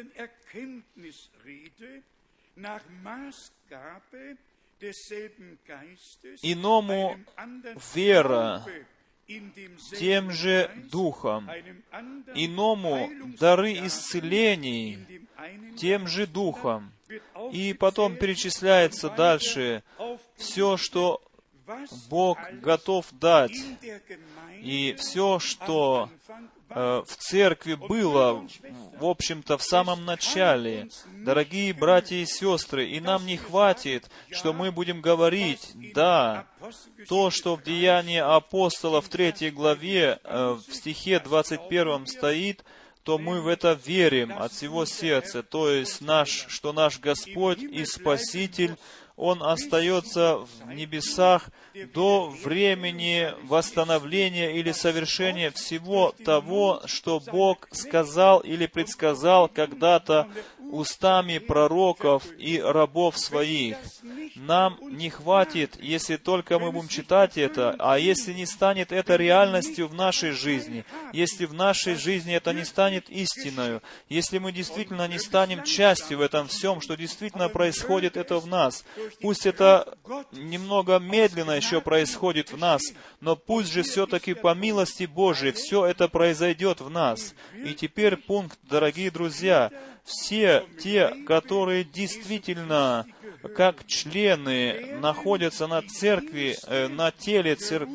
иному вера, тем же Духом, иному дары исцелений, тем же Духом. И потом перечисляется дальше все, что Бог готов дать, и все, что в церкви было, в общем-то, в самом начале. Дорогие братья и сестры, и нам не хватит, что мы будем говорить, да, то, что в Деянии апостола в 3 главе, в стихе 21 стоит, то мы в это верим от всего сердца. То есть, что наш Господь и Спаситель, Он остается в небесах до времени восстановления или совершения всего того, что Бог сказал или предсказал когда-то устами пророков и рабов своих. нам не хватит, если только мы будем читать это, а если не станет это реальностью в нашей жизни, если в нашей жизни это не станет истиною, если мы действительно не станем частью в этом всем, что действительно происходит это в нас, пусть это немного медленно еще происходит в нас, но пусть же все-таки по милости Божией все это произойдет в нас. И теперь пункт, дорогие друзья, все те, которые действительно, как члены, находятся на церкви, на теле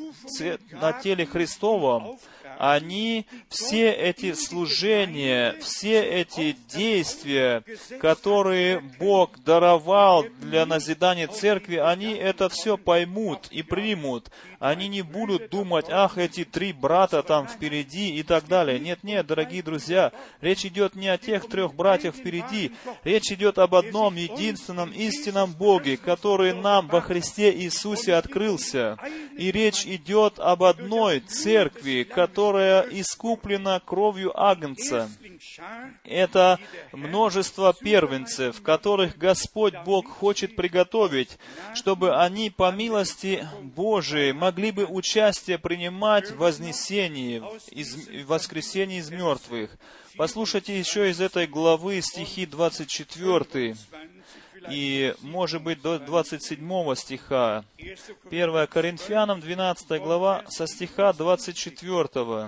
Христовом, они все эти служения, все эти действия, которые Бог даровал для назидания церкви, они это все поймут и примут. Они не будут думать, ах, эти 3 брата там впереди и так далее. Нет, дорогие друзья, речь идет не о тех 3 братьях впереди. Речь идет об одном единственном истинном Боге, который нам во Христе Иисусе открылся. И речь идет об одной церкви, которая искуплена кровью Агнца. Это множество первенцев, которых Господь Бог хочет приготовить, чтобы они по милости Божией могли бы участие принимать в вознесении, в воскресении из мертвых. Послушайте еще из этой главы стихи 24 и, может быть, до 27 стиха. 1 Коринфянам, 12 глава, со стиха 24.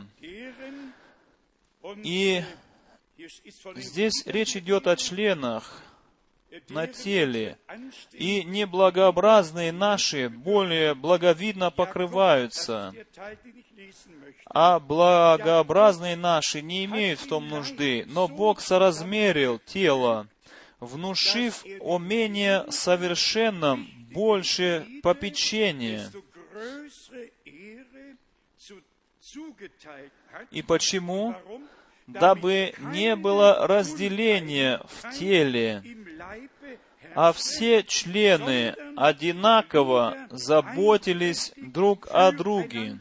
И здесь речь идет о членах на теле, и неблагообразные наши более благовидно покрываются, а благообразные наши не имеют в том нужды, но Бог соразмерил тело, внушив о менее совершенном больше попечения. И почему? Дабы не было разделения в теле, а все члены одинаково заботились друг о друге.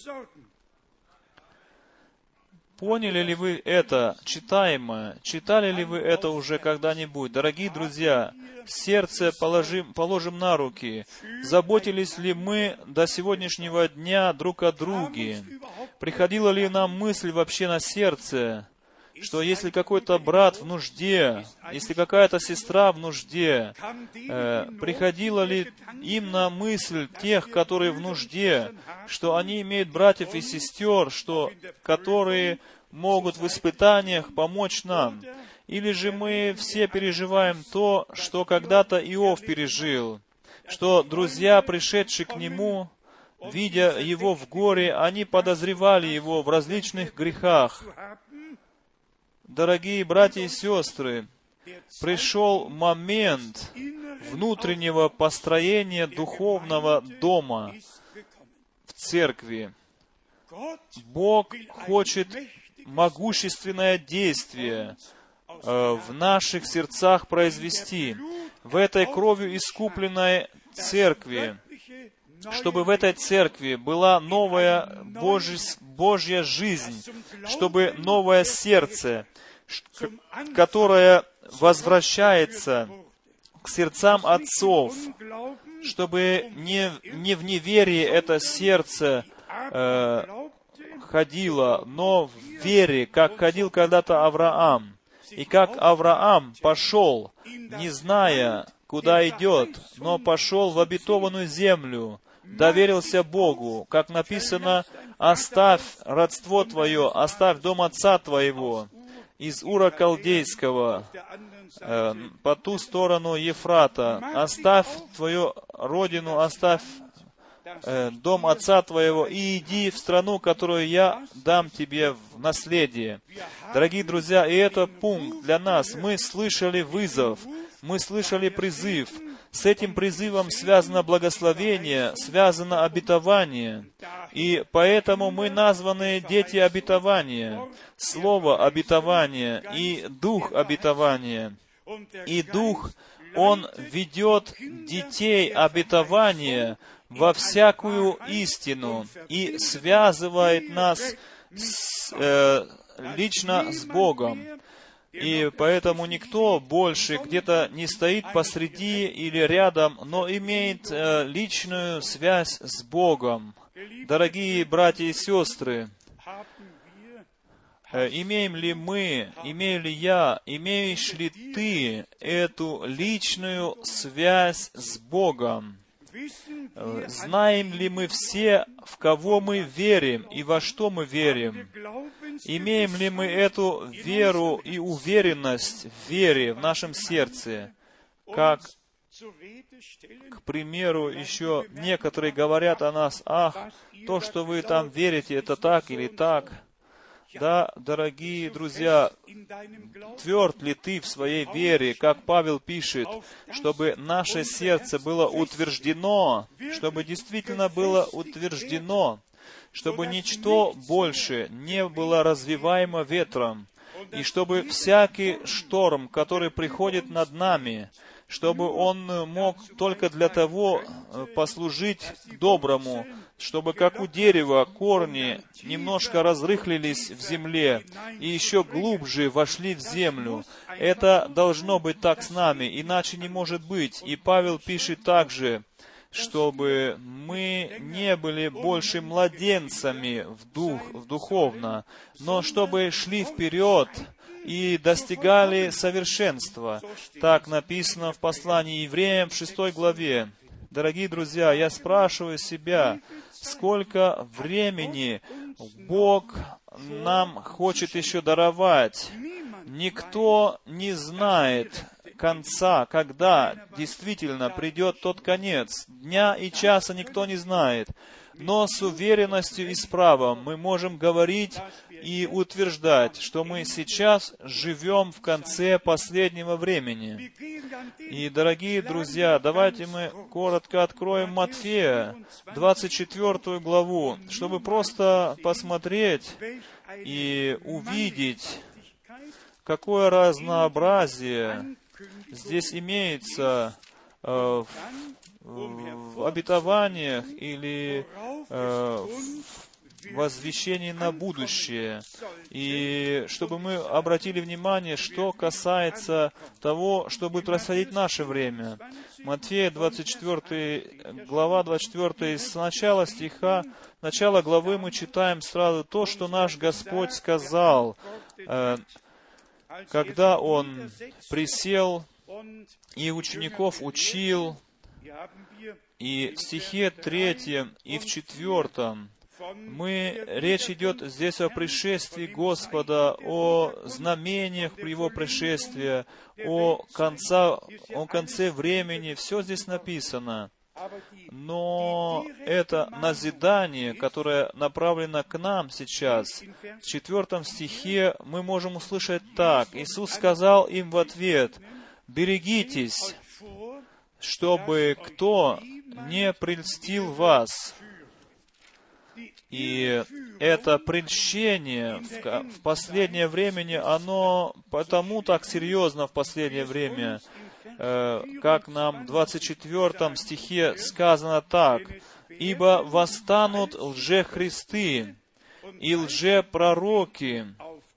Поняли ли вы это, читаемое? Читали ли вы это уже когда-нибудь? Дорогие друзья, сердце положим на руки. Заботились ли мы до сегодняшнего дня друг о друге? Приходила ли нам мысль вообще на сердце, что если какой-то брат в нужде, если какая-то сестра в нужде, приходила ли им на мысль тех, которые в нужде, что они имеют братьев и сестер, которые могут в испытаниях помочь нам? Или же мы все переживаем то, что когда-то Иов пережил, что друзья, пришедшие к нему, видя его в горе, они подозревали его в различных грехах. Дорогие братья и сестры, пришел момент внутреннего построения духовного дома в церкви. Бог хочет могущественное действие в наших сердцах произвести, в этой кровью искупленной церкви, чтобы в этой церкви была новая Божья жизнь, чтобы новое сердце, которое возвращается к сердцам отцов, чтобы не в неверии это сердце ходило, но в вере, как ходил когда-то Авраам. И как Авраам пошел, не зная, куда идет, но пошел в обетованную землю, доверился Богу, как написано, «Оставь родство твое, оставь дом отца твоего из Ура Халдейского, по ту сторону Ефрата, оставь твою родину, оставь дом отца твоего и иди в страну, которую я дам тебе в наследие». Дорогие друзья, и это пункт для нас. Мы слышали вызов, мы слышали призыв. С этим призывом связано благословение, связано обетование. И поэтому мы названы дети обетования, слово обетования и дух обетования. И дух, он ведет детей обетования во всякую истину и связывает нас лично с Богом. И поэтому никто больше где-то не стоит посреди или рядом, но имеет личную связь с Богом. Дорогие братья и сестры, имеем ли мы, имею ли я, имеешь ли ты эту личную связь с Богом? Знаем ли мы все, в кого мы верим и во что мы верим? Имеем ли мы эту веру и уверенность в вере в нашем сердце? Как, к примеру, еще некоторые говорят о нас: «Ах, то, что вы там верите, это так или так». Да, дорогие друзья, тверд ли ты в своей вере, как Павел пишет, чтобы наше сердце было утверждено, чтобы действительно было утверждено, чтобы ничто больше не было развиваемо ветром, и чтобы всякий шторм, который приходит над нами, чтобы он мог только для того послужить к доброму, чтобы, как у дерева, корни немножко разрыхлились в земле и еще глубже вошли в землю. Это должно быть так с нами, иначе не может быть. И Павел пишет также, чтобы мы не были больше младенцами в духовно, но чтобы шли вперед и достигали совершенства. Так написано в послании Евреям в 6 главе. Дорогие друзья, я спрашиваю себя, сколько времени Бог нам хочет еще даровать. Никто не знает конца, когда действительно придет тот конец. Дня и часа никто не знает. Но с уверенностью и с правом мы можем говорить и утверждать, что мы сейчас живем в конце последнего времени. И, дорогие друзья, давайте мы коротко откроем Матфея, 24 главу, чтобы просто посмотреть и увидеть, какое разнообразие здесь имеется в обетованиях или в возвещении на будущее. И чтобы мы обратили внимание, что касается того, что будет происходить в наше время. Матфея 24 глава, 24 с начала стиха, начала главы мы читаем сразу то, что наш Господь сказал, когда Он присел и учеников учил. И в стихе 3 и в 4 речь идет здесь о пришествии Господа, о знамениях при Его пришествии, о конце времени. Все здесь написано. Но это назидание, которое направлено к нам сейчас, в 4 стихе мы можем услышать так. Иисус сказал им в ответ: «Берегитесь, чтобы кто не прельстил вас». И это прельщение в последнее время, оно потому так серьезно в последнее время, как нам в 24 стихе сказано так: «Ибо восстанут лжехристы и лжепророки,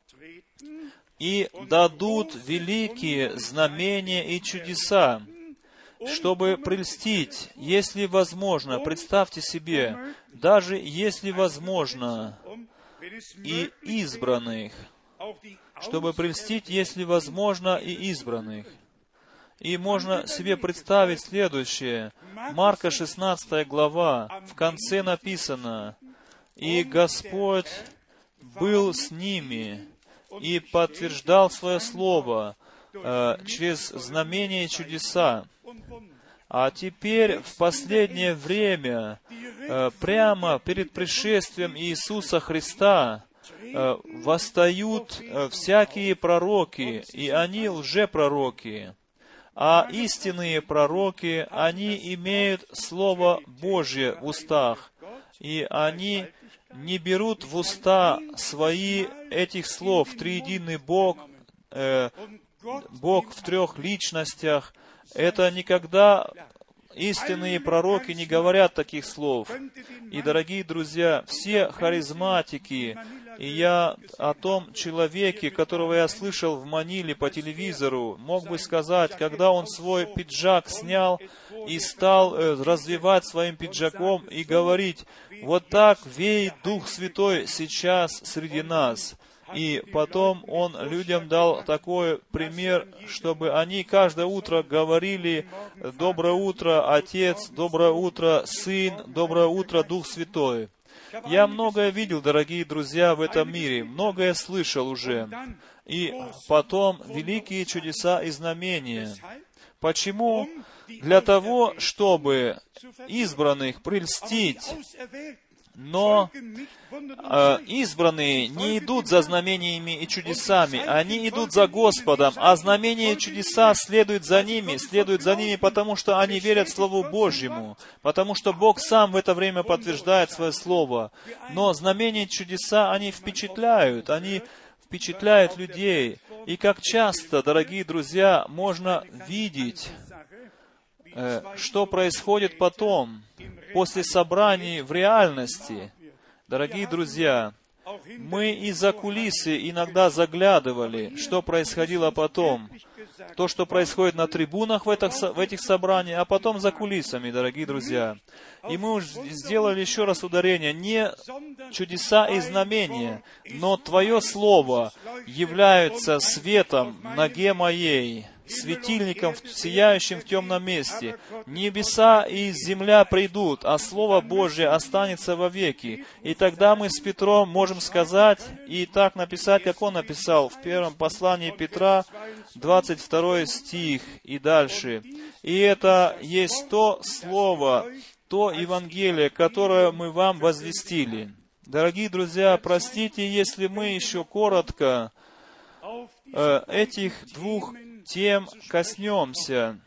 и дадут великие знамения и чудеса, чтобы прельстить, если возможно». Представьте себе, даже если возможно, и избранных, чтобы прельстить, если возможно, и избранных. И можно себе представить следующее. Марка 16 глава, в конце написано: «И Господь был с ними и подтверждал свое слово через знамения и чудеса». А теперь, в последнее время, прямо перед пришествием Иисуса Христа, восстают всякие пророки, и они лжепророки. А истинные пророки, они имеют Слово Божье в устах, и они не берут в уста свои этих слов: триединый Бог, Бог в трех личностях. Это никогда истинные пророки не говорят таких слов. И, дорогие друзья, все харизматики, и я о том человеке, которого я слышал в Маниле по телевизору, мог бы сказать, когда он свой пиджак снял и стал развивать своим пиджаком и говорить: вот так веет Дух Святой сейчас среди нас. И потом он людям дал такой пример, чтобы они каждое утро говорили: «Доброе утро, Отец», «Доброе утро, Сын», «Доброе утро, Дух Святой». Я многое видел, дорогие друзья, в этом мире, многое слышал уже. И потом великие чудеса и знамения. Почему? Для того, чтобы избранных прельстить. Но избранные не идут за знамениями и чудесами, они идут за Господом, а знамения и чудеса следуют за ними, потому что они верят Слову Божьему, потому что Бог сам в это время подтверждает свое Слово. Но знамения и чудеса, они впечатляют людей. И как часто, дорогие друзья, можно видеть, что происходит потом, после собраний в реальности. Дорогие друзья, мы из-за кулисы иногда заглядывали, что происходило потом. То, что происходит на трибунах в этих собраниях, а потом за кулисами, дорогие друзья. И мы уже сделали еще раз ударение. Не чудеса и знамения, но Твое Слово является светом ноге моей, светильником, сияющим в темном месте. Небеса и земля придут, а Слово Божье останется вовеки. И тогда мы с Петром можем сказать и так написать, как он написал в первом послании Петра, 22 стих и дальше. И это есть то Слово, то Евангелие, которое мы вам возвестили. Дорогие друзья, простите, если мы еще коротко этих двух тем коснемся.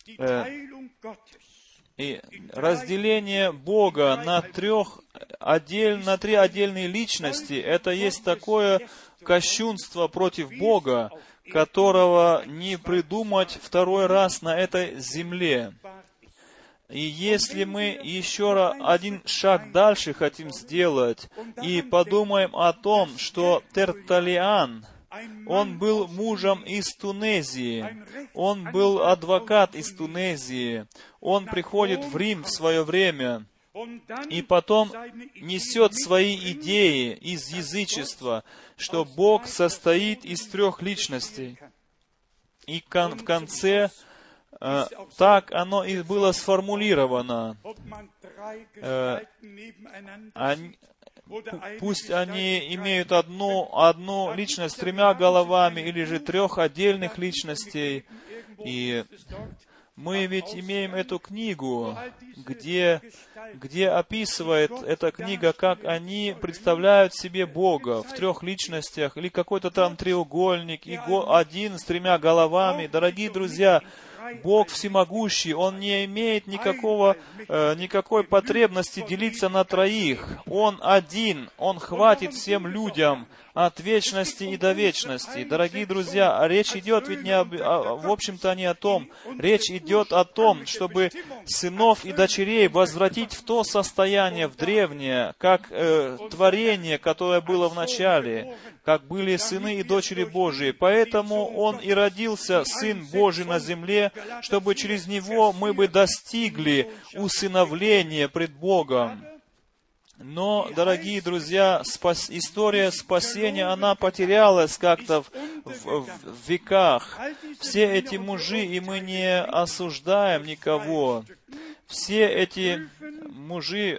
И разделение Бога на три отдельные личности, это есть такое кощунство против Бога, которого не придумать второй раз на этой земле. И если мы еще один шаг дальше хотим сделать и подумаем о том, что Тертуллиан, он был мужем из Тунезии, он был адвокат из Тунезии, он приходит в Рим в свое время, и потом несет свои идеи из язычества, что Бог состоит из трех личностей. И в конце так оно и было сформулировано. Пусть они имеют одну личность с тремя головами, или же трех отдельных личностей. И мы ведь имеем эту книгу, где описывает эта книга, как они представляют себе Бога в трех личностях, или какой-то там треугольник, и один с тремя головами. Дорогие друзья, Бог всемогущий, Он не имеет никакой потребности делиться на троих. Он один, Он хватит всем людям от вечности и до вечности. Дорогие друзья, речь идет ведь в общем-то не о том. Речь идет о том, чтобы сынов и дочерей возвратить в то состояние, в древнее, как творение, которое было в начале, как были сыны и дочери Божии. Поэтому Он и родился, Сын Божий на земле, чтобы через Него мы бы достигли усыновления пред Богом. Но, дорогие друзья, история спасения, она потерялась как-то в веках. Все эти мужи, и мы не осуждаем никого, все эти мужи,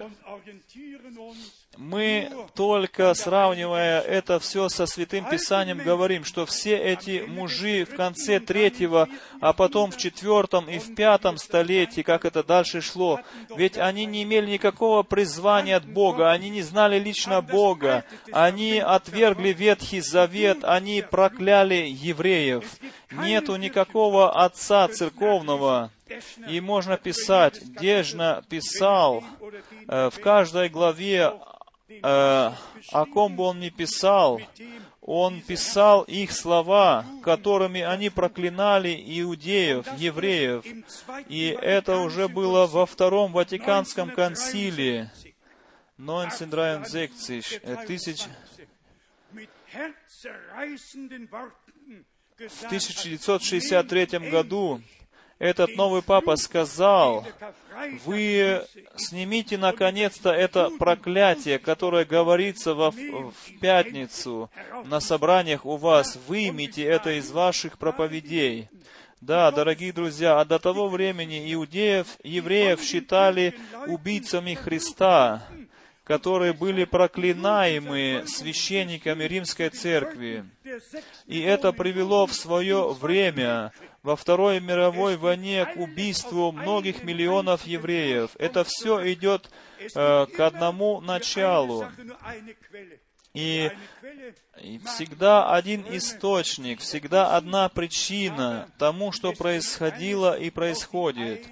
мы только сравнивая это все со Святым Писанием говорим, что все эти мужи в конце 3-го, а потом в 4-м и в 5-м столетии, как это дальше шло, ведь они не имели никакого призвания от Бога, они не знали лично Бога, они отвергли Ветхий Завет, они прокляли евреев. Нету никакого отца церковного. И можно писать, Дежна писал в каждой главе, о ком бы он ни писал, Он писал их слова, которыми они проклинали иудеев, евреев. И это уже было во Втором Ватиканском консиле, 1963 году. Этот новый папа сказал: вы снимите наконец-то это проклятие, которое говорится в пятницу на собраниях у вас, вымите это из ваших проповедей. Да, дорогие друзья, а до того времени евреев считали убийцами Христа, которые были проклинаемы священниками Римской Церкви. И это привело в свое время, во Второй мировой войне, к убийству многих миллионов евреев. Это все идет к одному началу. И всегда один источник, всегда одна причина тому, что происходило и происходит.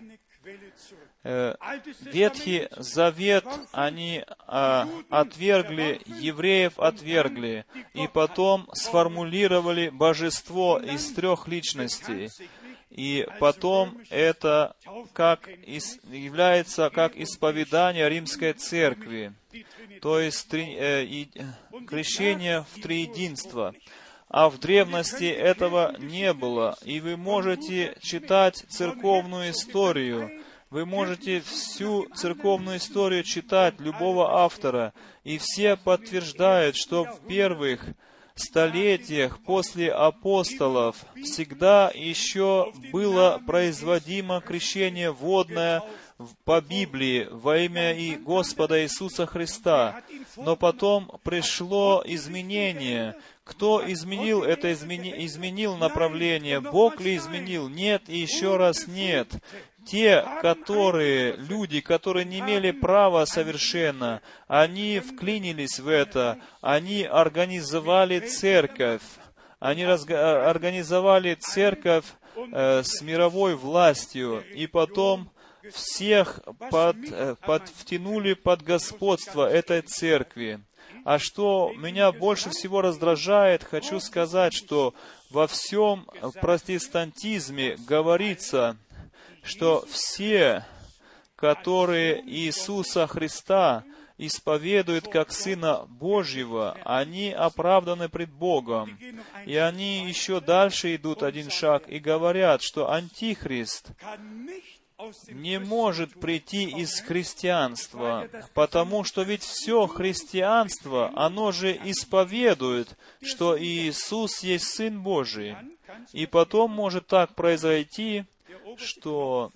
Ветхий Завет они отвергли, евреев отвергли, и потом сформулировали божество из трех личностей. И потом это является как исповедание Римской Церкви, то есть крещение в триединство. А в древности этого не было. И вы можете читать церковную историю. Вы можете всю церковную историю читать, любого автора, и все подтверждают, что в первых столетиях после апостолов всегда еще было производимо крещение водное по Библии во имя и Господа Иисуса Христа. Но потом пришло изменение. Кто изменил это, изменил направление? Бог ли изменил? Нет и еще раз нет. Те, люди, которые не имели права совершенно, они вклинились в это, они организовали церковь. Они организовали церковь с мировой властью, и потом всех втянули под господство этой церкви. А что меня больше всего раздражает, хочу сказать, что во всем протестантизме говорится, что все, которые Иисуса Христа исповедуют как Сына Божьего, они оправданы пред Богом. И они еще дальше идут один шаг и говорят, что Антихрист не может прийти из христианства, потому что ведь все христианство, оно же исповедует, что Иисус есть Сын Божий. И потом может так произойти, что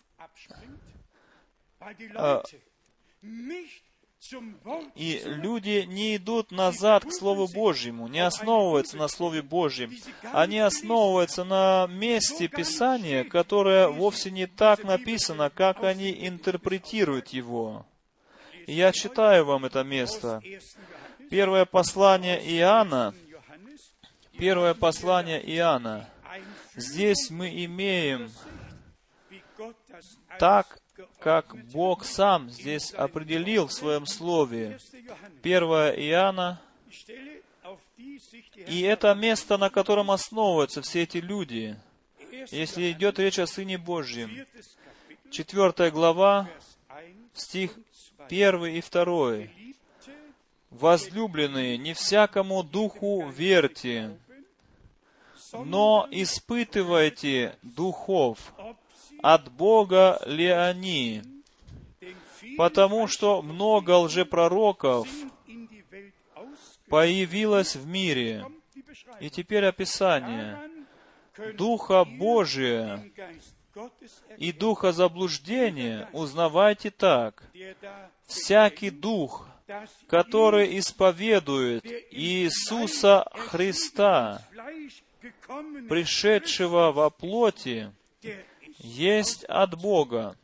и люди не идут назад к Слову Божьему, не основываются на Слове Божьем. Они основываются на месте Писания, которое вовсе не так написано, как они интерпретируют его. И я читаю вам это место. Первое послание Иоанна. Здесь мы имеем так, как Бог сам здесь определил в Своем Слове. 1 Иоанна. И это место, на котором основываются все эти люди, если идет речь о Сыне Божьем. 4 глава, стих 1 и 2. «Возлюбленные, не всякому духу верьте, но испытывайте духов, от Бога ли они, потому что много лжепророков появилось в мире». И теперь описание. «Духа Божия и духа заблуждения узнавайте так. Всякий дух, который исповедует Иисуса Христа, пришедшего во плоти, есть от Бога».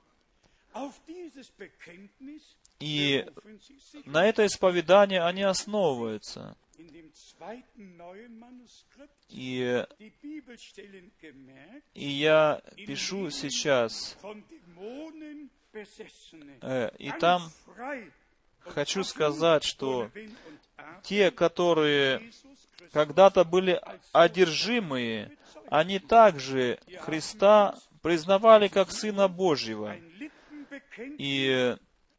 И на это исповедание они основываются. И я пишу сейчас, и там хочу сказать, что те, которые когда-то были одержимые, они также Христа признавали как Сына Божьего. И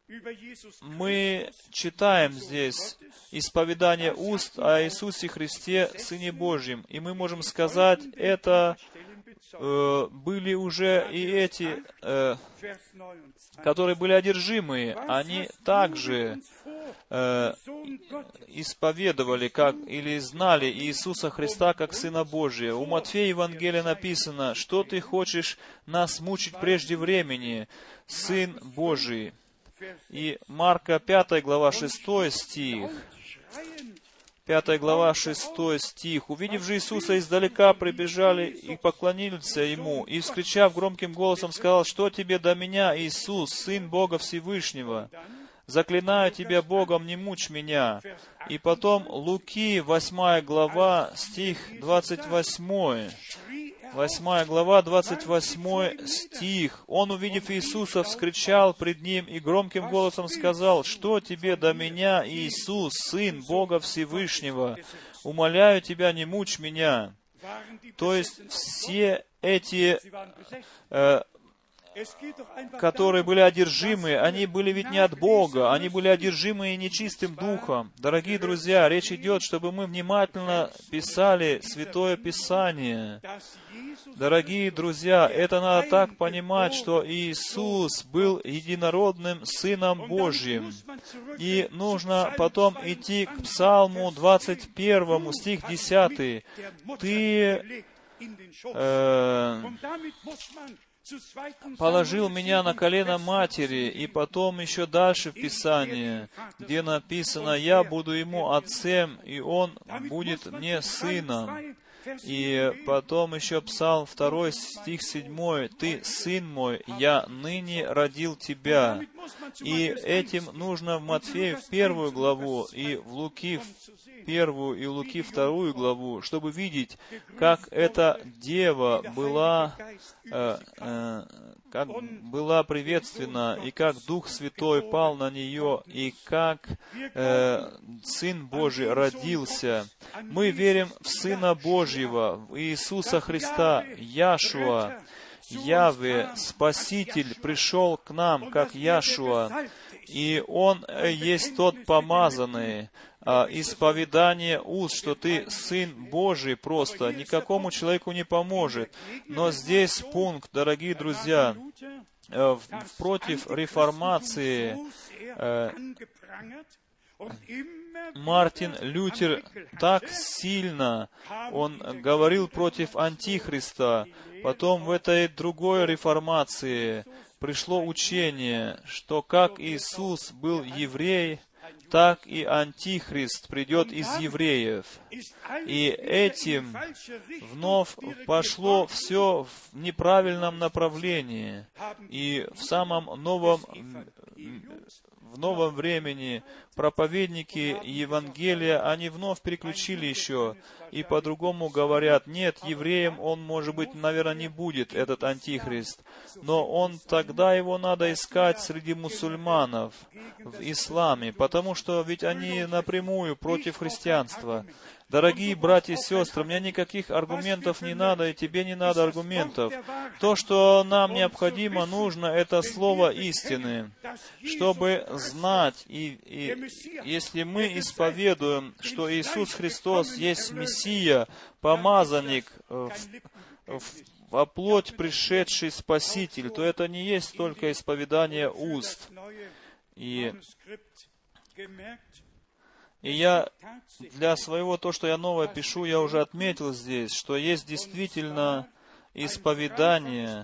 мы читаем здесь исповедание уст о Иисусе Христе, Сыне Божьем. И мы можем сказать, это были уже и эти, которые были одержимые. Они также исповедовали как, или знали Иисуса Христа как Сына Божия. У Матфея Евангелия написано, что ты хочешь нас мучить прежде времени, Сын Божий. И Марка 5 глава 6 стих. 5 глава 6 стих. «Увидев же Иисуса издалека, прибежали и поклонились Ему, и, вскричав громким голосом, сказал, что тебе до меня, Иисус, Сын Бога Всевышнего? Заклинаю Тебя Богом, не мучь меня». И потом Луки, 8 глава, стих 28. 8 глава, 28 стих. «Он, увидев Иисуса, вскричал пред Ним и громким голосом сказал, что тебе до меня, Иисус, Сын Бога Всевышнего? Умоляю Тебя, не мучь меня». То есть все эти которые были одержимы, они были ведь не от Бога, они были одержимы нечистым духом. Дорогие друзья, речь идет, чтобы мы внимательно писали Святое Писание. Дорогие друзья, это надо так понимать, что Иисус был единородным Сыном Божьим. И нужно потом идти к Псалму 21, стих 10. «Ты положил меня на колено матери», и потом еще дальше в Писании, где написано, «Я буду ему отцем, и он будет мне сыном». И потом еще Псалм 2, стих 7, «Ты, Сын мой, я ныне родил тебя». И этим нужно в Матфею в 1 главу и в Луки в 1 и Луки 2 главу, чтобы видеть, как эта дева была приветственна, и как Дух Святой пал на нее, и как Сын Божий родился. Мы верим в Сына Божьего, в Иисуса Христа, Яшуа, Яве, Спаситель, пришел к нам, как Яшуа, и Он есть тот помазанный. Исповедание уст, что ты Сын Божий, просто никакому человеку не поможет. Но здесь пункт, дорогие друзья, против реформации. Мартин Лютер так сильно, он говорил против Антихриста. Потом в этой другой реформации пришло учение, что как Иисус был еврей, так и Антихрист придет из евреев. И этим вновь пошло все в неправильном направлении. И в новом времени проповедники Евангелия, они вновь переключили еще и по-другому говорят, нет, евреем он, может быть, наверное, не будет, этот Антихрист, но тогда его надо искать среди мусульманов в исламе, потому что ведь они напрямую против христианства. Дорогие братья и сестры, мне никаких аргументов не надо, и тебе не надо аргументов. То, что нам необходимо, нужно, это слово истины, чтобы знать, и если мы исповедуем, что Иисус Христос есть Мессия, помазанник, во плоть пришедший Спаситель, то это не есть только исповедание уст. И я для своего, то, что я новое пишу, я уже отметил здесь, что есть действительно исповедание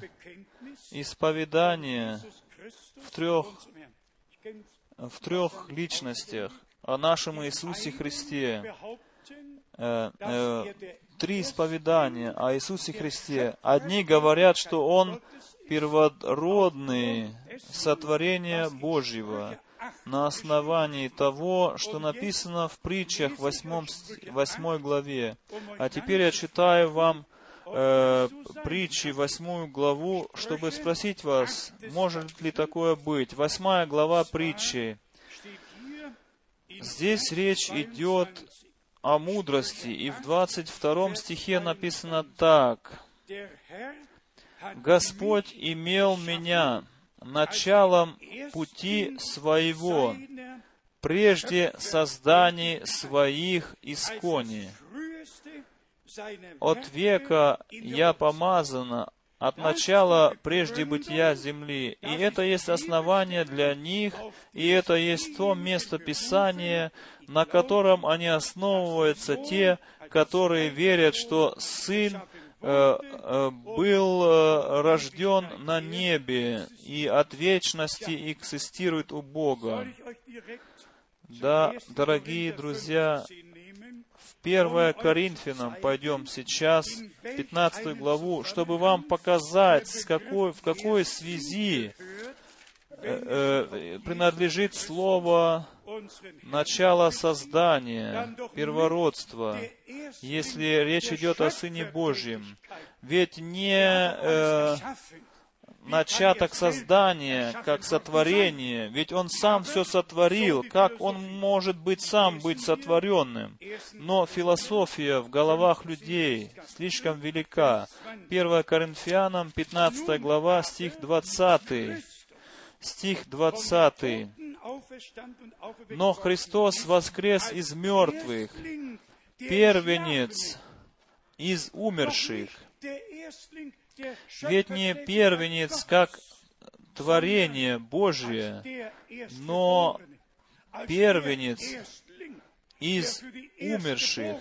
в трех личностях о нашем Иисусе Христе. 3 исповедания о Иисусе Христе. Одни говорят, что Он первородный сотворение Божьего, на основании того, что написано в притчах 8 главе. А теперь я читаю вам притчи 8 главу, чтобы спросить вас, может ли такое быть. 8 глава притчи. Здесь речь идет о мудрости. И в 22 стихе написано так. «Господь имел меня началом пути своего, прежде созданий своих искони. От века я помазана, от начала прежде бытия земли». И это есть основание для них, и это есть то место Писания, на котором они основываются, те, которые верят, что Сын был рожден на небе и от вечности экзистирует у Бога. Да, дорогие друзья, в 1 Коринфянам пойдем сейчас, 15 главу, чтобы вам показать, в какой связи принадлежит слово начало создания, первородства, если речь идет о Сыне Божьем. Ведь не начаток создания, как сотворение, ведь Он сам все сотворил, как Он может быть сам быть сотворенным? Но философия в головах людей слишком велика. 1 Коринфянам, 15 глава, стих 20. Стих 20. «Но Христос воскрес из мертвых, первенец из умерших». Ведь не первенец как творение Божие, но первенец из умерших.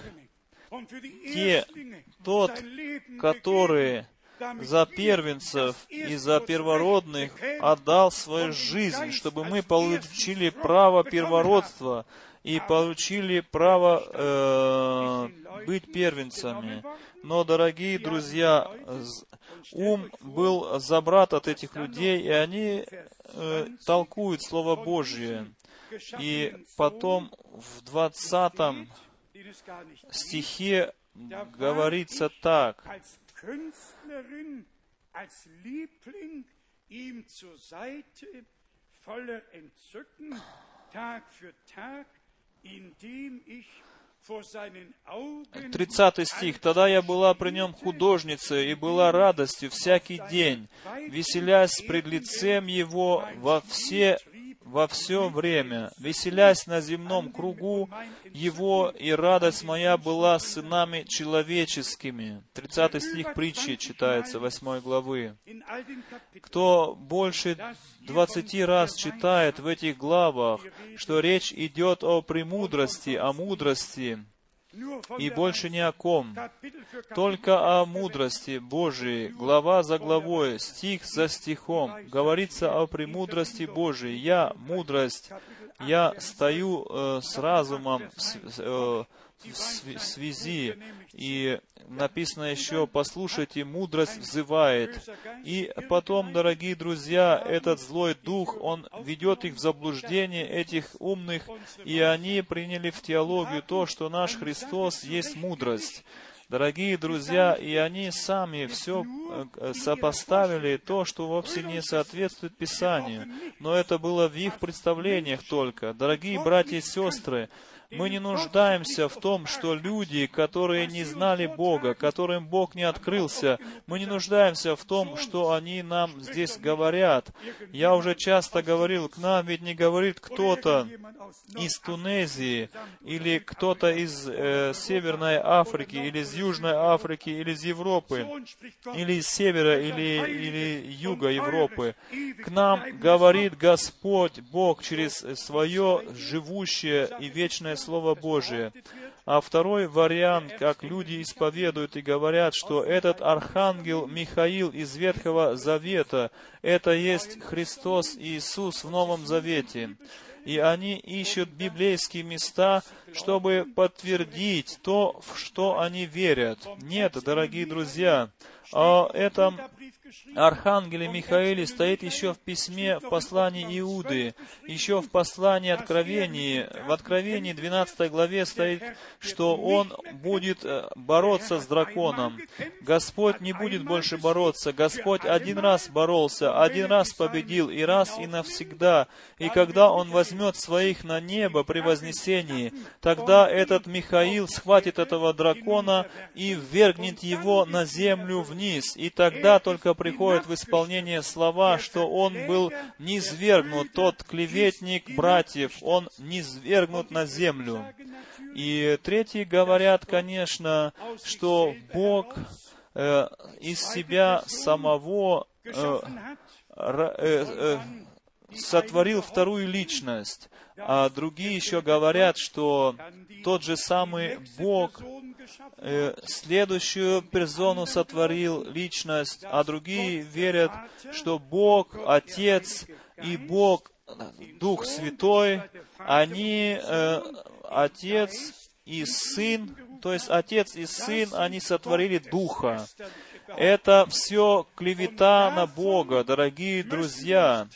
Тот, который за первенцев и за первородных отдал свою жизнь, чтобы мы получили право первородства и получили право быть первенцами. Но, дорогие друзья, ум был забрат от этих людей, и они толкуют Слово Божье. И потом в 20 стихе говорится так. vor seinen Augen 30 стих. «Тогда я была при нем художницей, и была радостью всякий день, веселясь пред лицем его во все время, веселясь на земном кругу его, и радость моя была с сынами человеческими». 30 стих притчи читается, 8 главы. Кто больше 20 раз читает в этих главах, что речь идет о премудрости, о мудрости, и больше ни о ком, только о мудрости Божией, глава за главой, стих за стихом, говорится о премудрости Божией. Я, мудрость, я стою с разумом в связи, и написано еще, послушайте, мудрость взывает. И потом, дорогие друзья, этот злой дух, он ведет их в заблуждение, этих умных, и они приняли в теологию то, что наш Христос есть мудрость. Дорогие друзья, и они сами все сопоставили то, что вовсе не соответствует Писанию. Но это было в их представлениях только. Дорогие братья и сестры, мы не нуждаемся в том, что люди, которые не знали Бога, которым Бог не открылся, мы не нуждаемся в том, что они нам здесь говорят. Я уже часто говорил, к нам ведь не говорит кто-то из Тунезии, или кто-то из Северной Африки, или из Южной Африки, или из Европы, или из Севера, или Юга Европы. К нам говорит Господь, Бог, через свое живущее и вечное Слово Божие. А второй вариант, как люди исповедуют и говорят, что этот архангел Михаил из Ветхого Завета, это есть Христос Иисус в Новом Завете. И они ищут библейские места, чтобы подтвердить то, в что они верят. Нет, дорогие друзья, о этом Архангеле Михаиле стоит еще в письме, в послании Иуды, еще в послании Откровении. В Откровении 12 главе стоит, что он будет бороться с драконом. Господь не будет больше бороться. Господь один раз боролся, один раз победил, и раз и навсегда. И когда Он возьмет своих на небо при вознесении, тогда этот Михаил схватит этого дракона и ввергнет его на землю вниз. И тогда только приходит в исполнение слова, что он был низвергнут, тот клеветник братьев, он низвергнут на землю. И третьи говорят, конечно, что Бог из себя самого сотворил вторую личность. А другие еще говорят, что тот же самый Бог следующую персону сотворил личность, а другие верят, что Бог, Отец и Бог, Дух Святой, они Отец и Сын, то есть Отец и Сын, они сотворили Духа. Это все клевета на Бога, дорогие друзья.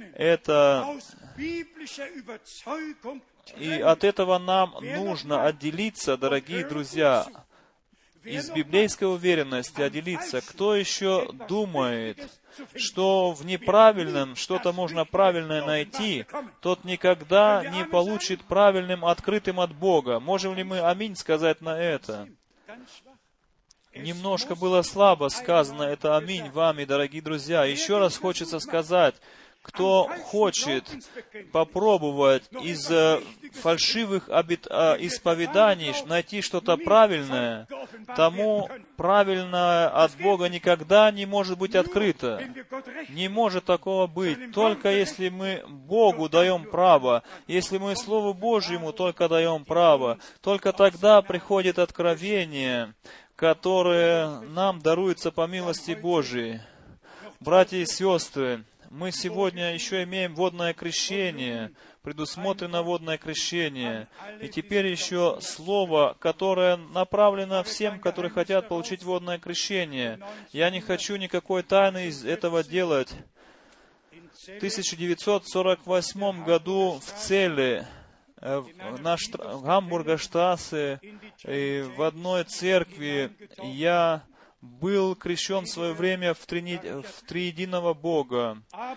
И от этого нам нужно отделиться, дорогие друзья, из библейской уверенности отделиться. Кто еще думает, что в неправильном что-то можно правильное найти, тот никогда не получит правильным открытым от Бога. Можем ли мы аминь сказать на это? Немножко было слабо сказано это аминь вами, дорогие друзья. Еще раз хочется сказать, кто хочет попробовать из фальшивых исповеданий найти что-то правильное, тому правильное от Бога никогда не может быть открыто. Не может такого быть. Только если мы Богу даем право, если мы Слову Божьему только даем право, только тогда приходит откровение, которое нам даруется по милости Божией. Братья и сестры, мы сегодня еще имеем водное крещение, предусмотрено водное крещение. И теперь еще слово, которое направлено всем, которые хотят получить водное крещение. Я не хочу никакой тайны из этого делать. В 1948 году в Целе, в Гамбургштрассе, в одной церкви я был крещен в свое время в триединого Бога.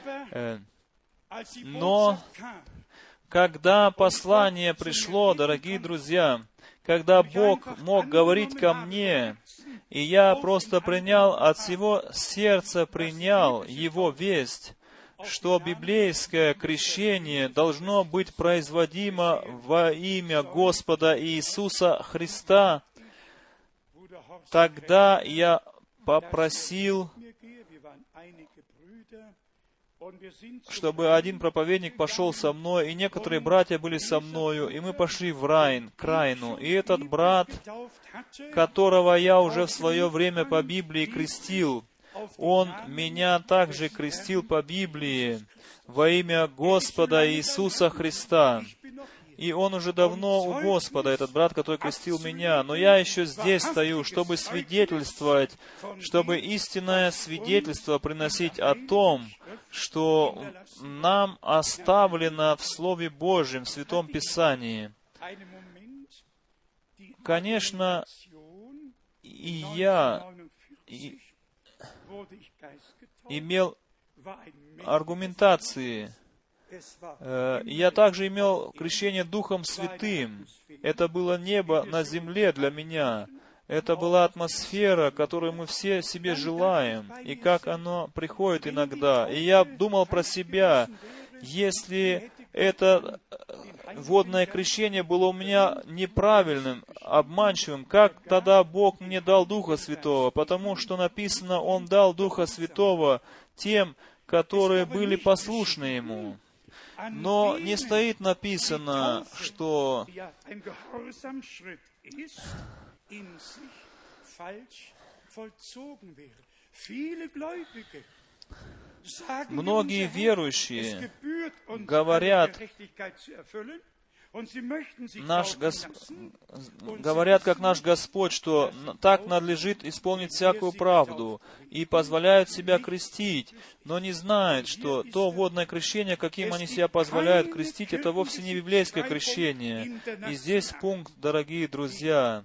Но когда послание пришло, дорогие друзья, когда Бог мог говорить ко мне, и я просто принял от всего сердца, принял Его весть, что библейское крещение должно быть производимо во имя Господа Иисуса Христа, тогда я попросил, чтобы один проповедник пошел со мной, и некоторые братья были со мною, и мы пошли в Райн, к Райну. И этот брат, которого я уже в свое время по Библии крестил, он меня также крестил по Библии во имя Господа Иисуса Христа. И он уже давно у Господа, этот брат, который крестил меня. Но я еще здесь стою, чтобы свидетельствовать, чтобы истинное свидетельство приносить о том, что нам оставлено в Слове Божьем, в Святом Писании. Конечно, и я имел аргументации. Я также имел крещение Духом Святым. Это было небо на земле для меня. Это была атмосфера, которую мы все себе желаем, и как оно приходит иногда. И я думал про себя, если это водное крещение было у меня неправильным, обманчивым, как тогда Бог мне дал Духа Святого? Потому что написано, Он дал Духа Святого тем, которые были послушны Ему. Но не стоит написано, что многие верующие говорят, говорят, как наш Господь, что так надлежит исполнить всякую правду, и позволяют себя крестить, но не знают, что то водное крещение, каким они себя позволяют крестить, это вовсе не библейское крещение. И здесь пункт, дорогие друзья.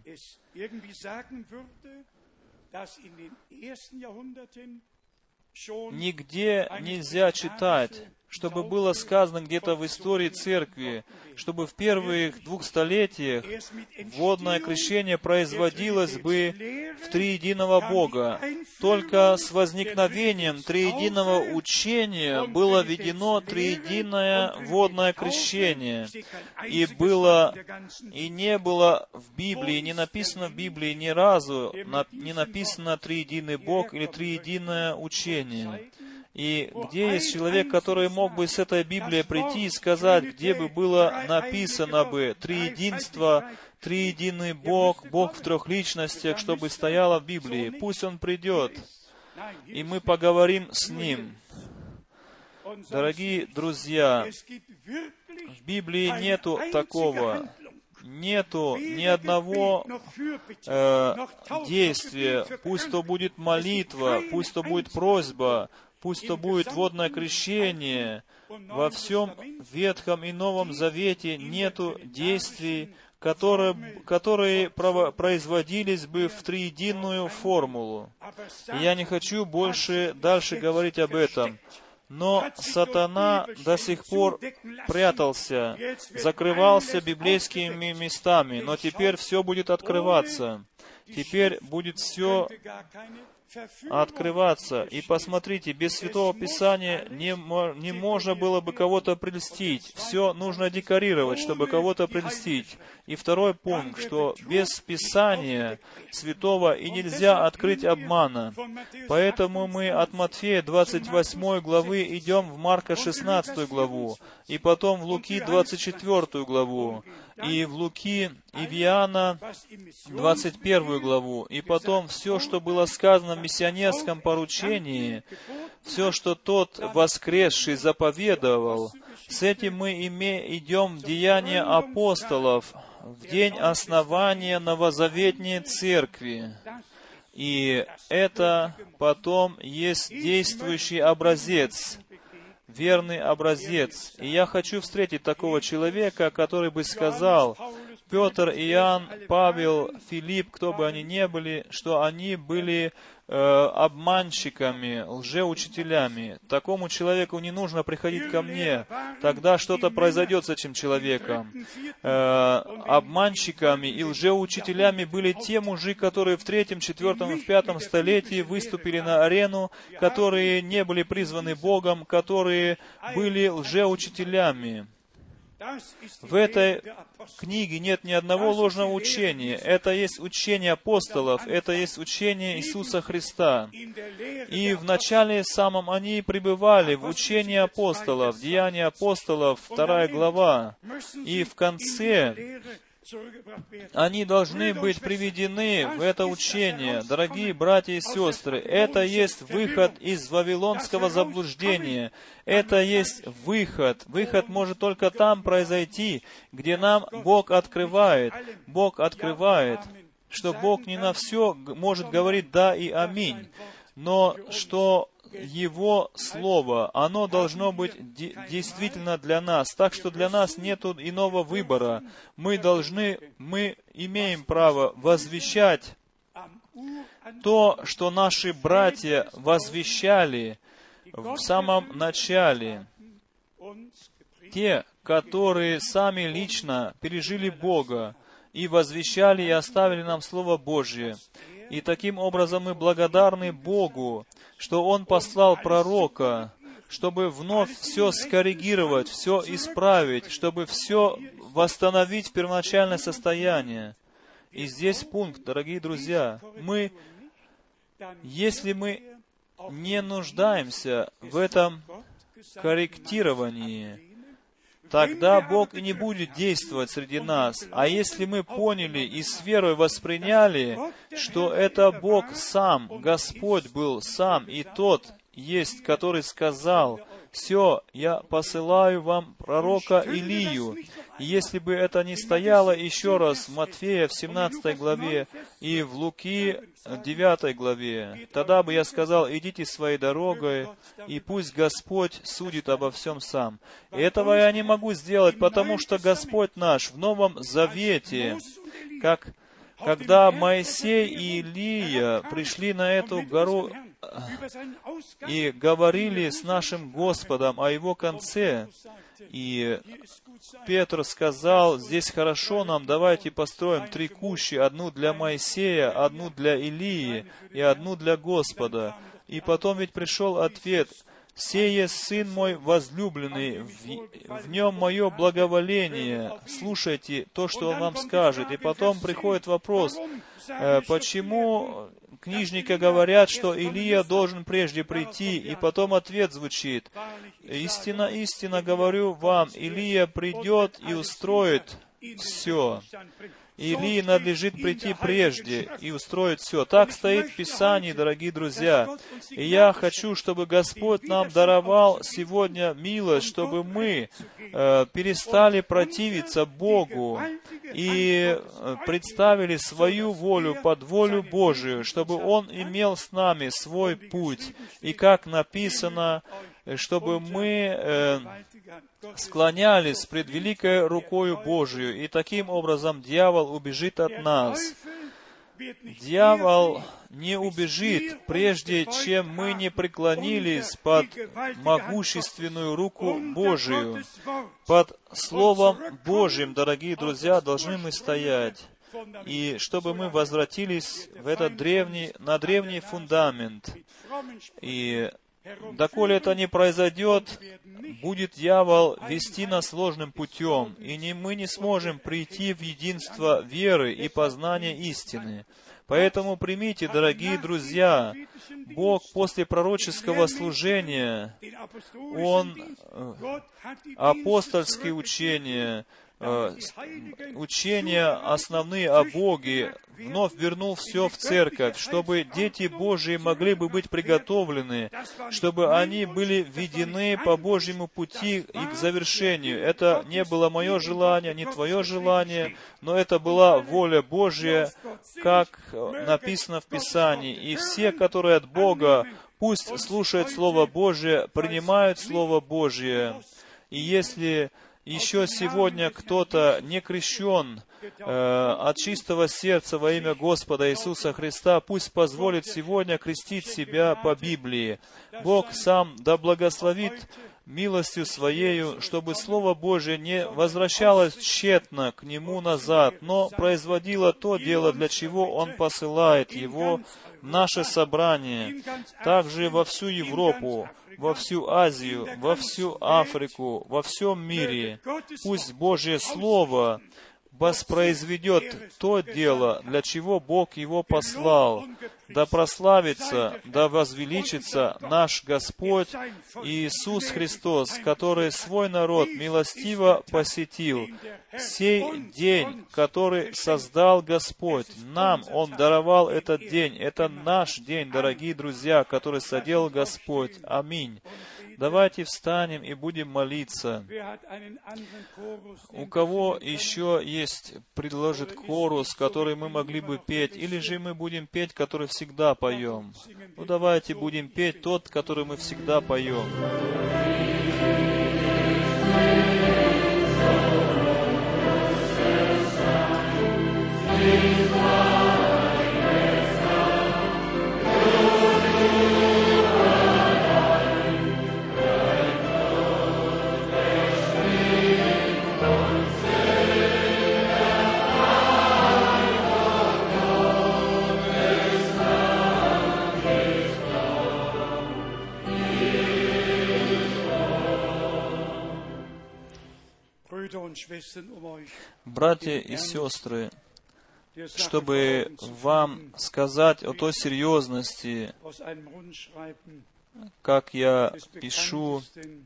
Нигде нельзя читать, чтобы было сказано где-то в истории Церкви, чтобы в первых 2 столетиях водное крещение производилось бы в триединого Бога. Только с возникновением триединого учения было введено триединое водное крещение. И не было в Библии, не написано в Библии ни разу, не написано триединый Бог или триединое учение. И где есть человек, который мог бы с этой Библией прийти и сказать, где бы было написано бы триединство, триединый Бог, Бог в 3 личностях, чтобы стояло в Библии? Пусть он придет, и мы поговорим с ним. Дорогие друзья, в Библии нету такого. Нету ни одного действия, пусть то будет молитва, пусть то будет просьба, пусть то будет водное крещение. Во всем Ветхом и Новом Завете нету действий, которые производились бы в триединую формулу. И я не хочу дальше говорить об этом. Но сатана до сих пор прятался, закрывался библейскими местами, но теперь все будет открываться. Теперь будет все открываться. И посмотрите, без Святого Писания не можно было бы кого-то прельстить. Все нужно декорировать, чтобы кого-то прельстить. И второй пункт, что без Писания Святого и нельзя открыть обмана. Поэтому мы от Матфея 28 главы идем в Марка 16 главу, и потом в Луки 24 главу, и в Луки и в Иоанна 21 главу, и потом все, что было сказано в миссионерском поручении, все, что тот воскресший заповедовал, с этим мы идем в Деяния апостолов, в день основания новозаветней церкви. И это потом есть действующий образец, верный образец. И я хочу встретить такого человека, который бы сказал, Петр, Иоанн, Павел, Филипп, кто бы они ни были, что они были обманщиками, лжеучителями. Такому человеку не нужно приходить ко мне. Тогда что-то произойдет с этим человеком. Обманщиками и лжеучителями были те мужи, которые в 3, 4 и 5 столетии выступили на арену, которые не были призваны Богом, которые были лжеучителями. В этой книге нет ни одного ложного учения. Это есть учение апостолов, это есть учение Иисуса Христа. И в начале самом они пребывали в учении апостолов, Деяния апостолов, 2 глава. И в конце они должны быть приведены в это учение. Дорогие братья и сестры, это есть выход из вавилонского заблуждения. Это есть выход. Выход может только там произойти, где нам Бог открывает. Бог открывает, что Бог не на все может говорить «да» и «аминь», но что Его Слово, оно должно быть действительно для нас. Так что для нас нет иного выбора. Мы имеем право возвещать то, что наши братья возвещали в самом начале. Те, которые сами лично пережили Бога и возвещали и оставили нам Слово Божье. И таким образом мы благодарны Богу, что Он послал пророка, чтобы вновь все скоррегировать, все исправить, чтобы все восстановить в первоначальное состояние. И здесь пункт, дорогие друзья. Если мы не нуждаемся в этом корректировании, тогда Бог и не будет действовать среди нас. А если мы поняли и с верой восприняли, что это Бог сам, Господь был сам, и Тот есть, который сказал, «Все, я посылаю вам пророка Илию». Если бы это не стояло еще раз в Матфея в 17 главе и в Луки 9 главе, тогда бы я сказал: идите своей дорогой, и пусть Господь судит обо всем сам. Этого я не могу сделать, потому что Господь наш в Новом Завете, когда Моисей и Илия пришли на эту гору и говорили с нашим Господом о Его конце, и Петр сказал: здесь хорошо нам, давайте построим 3 кущи, одну для Моисея, одну для Илии и одну для Господа. И потом ведь пришел ответ: «Сей есть Сын мой возлюбленный, в нем мое благоволение, слушайте то, что Он вам скажет». И потом приходит вопрос, почему книжники говорят, что Илия должен прежде прийти, и потом ответ звучит: «Истинно, истинно говорю вам, Илия придет и устроит все». Илии надлежит прийти прежде и устроить все. Так стоит в Писании, дорогие друзья. И я хочу, чтобы Господь нам даровал сегодня милость, чтобы мы перестали противиться Богу и представили свою волю под волю Божию, чтобы Он имел с нами свой путь. И как написано, чтобы мы склонялись пред великой рукою Божию, и таким образом дьявол убежит от нас. Дьявол не убежит, прежде чем мы не преклонились под могущественную руку Божию. Под Словом Божьим, дорогие друзья, должны мы стоять. И чтобы мы возвратились в этот на древний фундамент. И доколе это не произойдет, будет дьявол вести нас сложным путем, и мы не сможем прийти в единство веры и познания истины. Поэтому примите, дорогие друзья, Бог после пророческого служения, Он апостольские учения, учения основные о Боге, вновь вернул все в церковь, чтобы дети Божии могли бы быть приготовлены, чтобы они были введены по Божьему пути и к завершению. Это не было мое желание, не твое желание, но это была воля Божья, как написано в Писании. И все, которые от Бога, пусть слушают Слово Божие, принимают Слово Божие. И если еще сегодня кто-то не крещен от чистого сердца во имя Господа Иисуса Христа, пусть позволит сегодня крестить себя по Библии. Бог сам да благословит милостью Своею, чтобы Слово Божие не возвращалось тщетно к Нему назад, но производило то дело, для чего Он посылает его в наше собрание, также во всю Европу, во всю Азию, во всю Африку, во всем мире. Пусть Божье Слово воспроизведет то дело, для чего Бог его послал. Да прославится, да возвеличится наш Господь Иисус Христос, который свой народ милостиво посетил. Сей день, который создал Господь, нам Он даровал этот день. Это наш день, дорогие друзья, который соделал Господь. Аминь. Давайте встанем и будем молиться. У кого еще есть, предложит хорус, который мы могли бы петь, или же мы будем петь, который всегда поем? Ну, давайте будем петь тот, который мы всегда поем. Братья и сестры, чтобы вам сказать о той серьезности, как я пишу,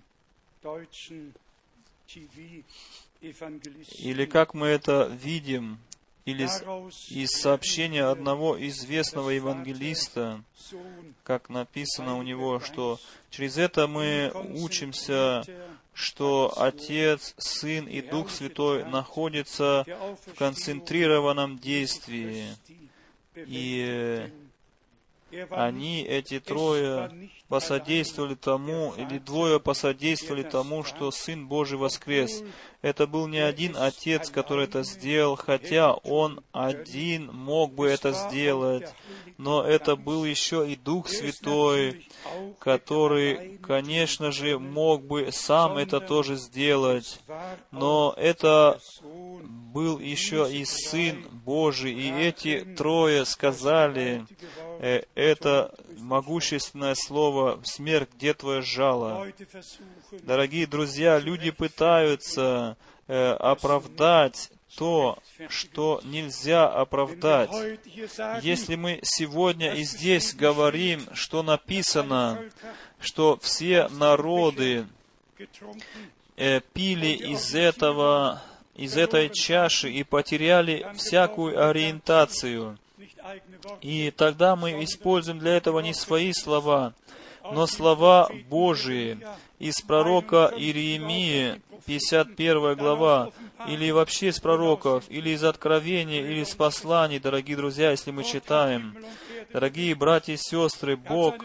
или как мы это видим, или из сообщения одного известного евангелиста, как написано у него, что через это мы учимся что Отец, Сын и Дух Святой находятся в концентрированном действии. И они, эти трое, посодействовали тому, или двое посодействовали тому, что Сын Божий воскрес. Это был не один Отец, который это сделал, хотя Он один мог бы это сделать, но это был еще и Дух Святой, который, конечно же, мог бы сам это тоже сделать. Но это был еще и Сын Божий, и эти трое сказали это могущественное слово: «Смерть, где твое жало?» Дорогие друзья, люди пытаются оправдать то, что нельзя оправдать. Если мы сегодня и здесь говорим, что написано, что все народы пили из этой чаши и потеряли всякую ориентацию, и тогда мы используем для этого не свои слова, но слова Божии из пророка Иеремии, 51 глава, или вообще из пророков, или из Откровения, или из посланий, дорогие друзья, если мы читаем. Дорогие братья и сестры, Бог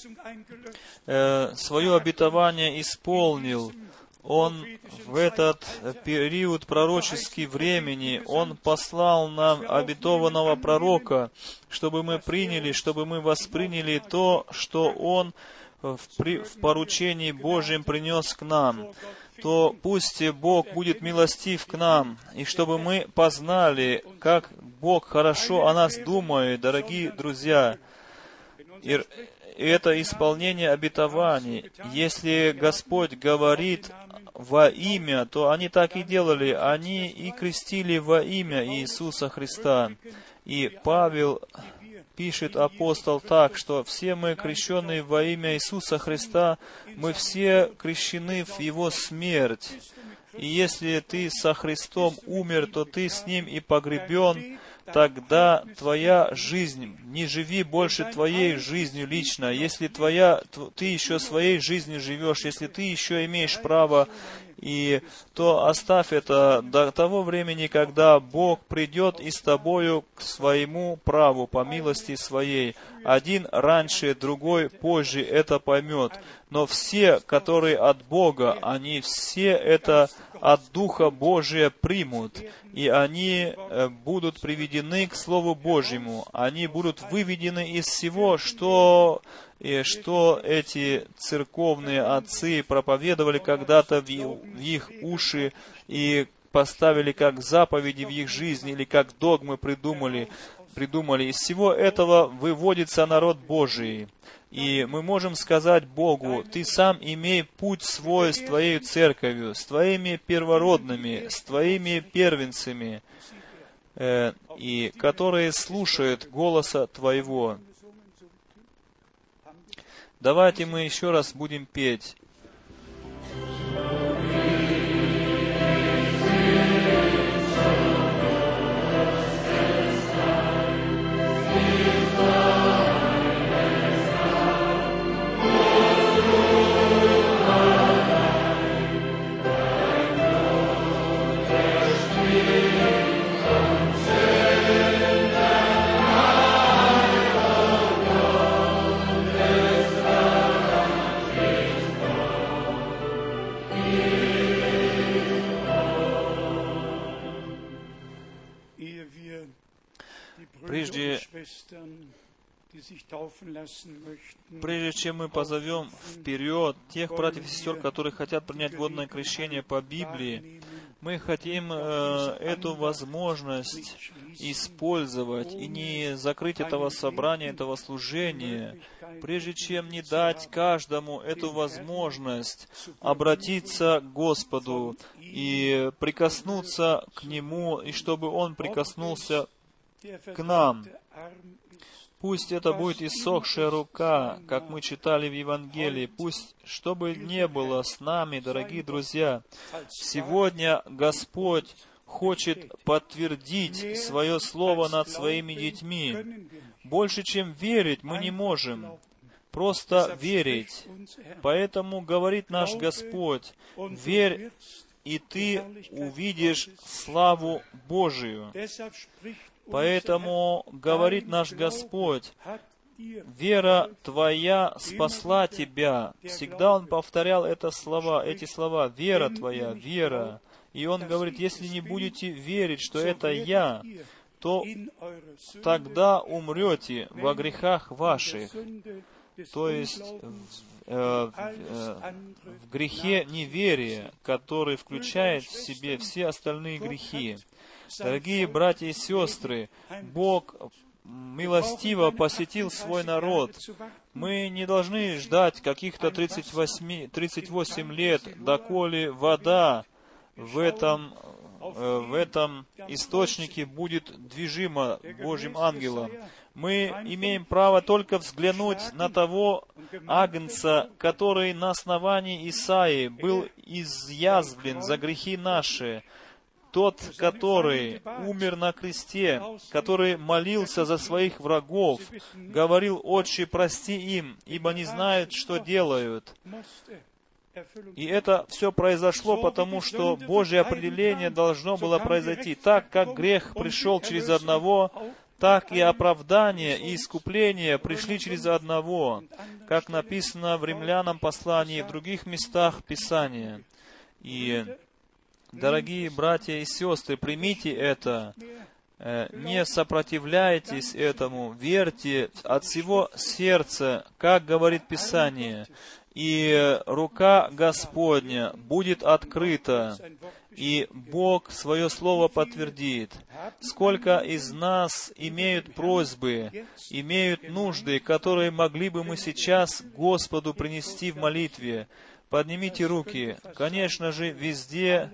свое обетование исполнил. Он в этот период пророческий времени, Он послал нам обетованного пророка, чтобы мы приняли, чтобы мы восприняли то, что Он в поручении Божьем принес к нам. То пусть Бог будет милостив к нам, и чтобы мы познали, как Бог хорошо о нас думает, дорогие друзья. И это исполнение обетований. Если Господь говорит во имя, то они так и делали. Они и крестили во имя Иисуса Христа. И Павел пишет, апостол, так, что все мы, крещенные во имя Иисуса Христа, мы все крещены в Его смерть. И если ты со Христом умер, то ты с Ним и погребен. Тогда твоя жизнь, не живи больше твоей жизнью лично. Если ты еще своей жизнью живешь, если ты еще имеешь право, то оставь это до того времени, когда Бог придет и с тобою к своему праву, по милости своей. Один раньше, другой позже это поймет. Но все, которые от Бога, они все это от Духа Божия примут, и они будут приведены к Слову Божьему. Они будут выведены из всего, что эти церковные отцы проповедовали когда-то в их уши и поставили как заповеди в их жизни или как догмы придумали. Из всего этого выводится народ Божий. И мы можем сказать Богу: Ты сам имей путь свой с Твоей церковью, с Твоими первородными, с Твоими первенцами, и которые слушают голоса Твоего. Давайте мы еще раз будем петь. Прежде чем мы позовем вперед тех братьев и сестер, которые хотят принять водное крещение по Библии, мы хотим эту возможность использовать и не закрыть этого собрания, этого служения, прежде чем не дать каждому эту возможность обратиться к Господу и прикоснуться к Нему, и чтобы Он прикоснулся к нам. Пусть это будет иссохшая рука, как мы читали в Евангелии. Пусть, чтобы не было с нами, дорогие друзья, сегодня Господь хочет подтвердить свое слово над своими детьми. Больше, чем верить, мы не можем. просто верить. Поэтому говорит наш Господь: верь, и ты увидишь славу Божию. Поэтому говорит наш Господь: вера твоя спасла тебя. Всегда Он повторял эти слова: вера твоя, вера. И Он говорит: если не будете верить, что это Я, то тогда умрете во грехах ваших. То есть в грехе неверия, который включает в себе все остальные грехи. Дорогие братья и сестры, Бог милостиво посетил свой народ. Мы не должны ждать каких-то 38 лет, доколе вода в этом источнике будет движима Божьим ангелом. Мы имеем право только взглянуть на того Агнца, который на основании Исаии был изъязвлен за грехи наши. Тот, который умер на кресте, который молился за своих врагов, говорил: «Отче, прости им, ибо не знают, что делают». И это все произошло, потому что Божье определение должно было произойти. Так как грех пришел через одного, так и оправдание и искупление пришли через одного, как написано в Римлянам послании и в других местах Писания. И, дорогие братья и сестры, примите это, не сопротивляйтесь этому, верьте от всего сердца, как говорит Писание, и рука Господня будет открыта, и Бог свое слово подтвердит. Сколько из нас имеют просьбы, имеют нужды, которые могли бы мы сейчас Господу принести в молитве? Поднимите руки. Конечно же, везде,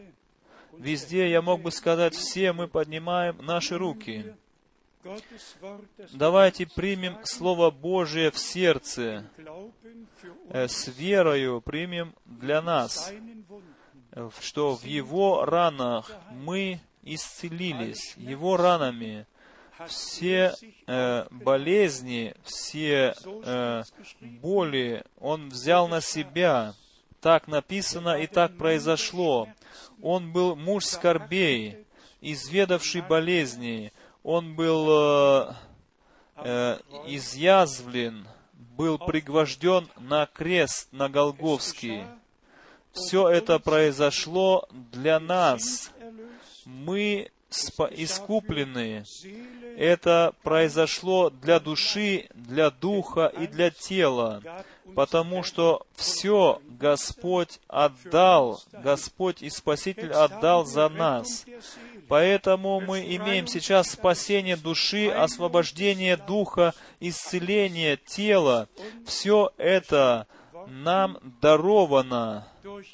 я мог бы сказать, все мы поднимаем наши руки. Давайте примем Слово Божие в сердце, с верою примем для нас, что в Его ранах мы исцелились, Его ранами. Все болезни, все боли Он взял на себя. Так написано и так произошло. Он был муж скорбей, изведавший болезни. Он был изъязвлен, был пригвожден на крест, на Голгофский. Все это произошло для нас. Мы искуплены. Это произошло для души, для духа и для тела, потому что все Господь отдал, Господь и Спаситель отдал за нас. Поэтому мы имеем сейчас спасение души, освобождение духа, исцеление тела. Все это нам даровано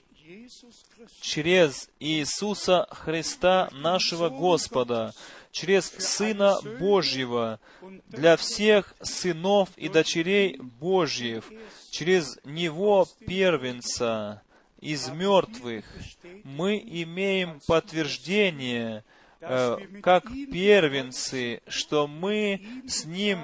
через Иисуса Христа, нашего Господа, через Сына Божьего, для всех сынов и дочерей Божьих, через Него, первенца из мертвых. Мы имеем подтверждение, как первенцы, что мы с Ним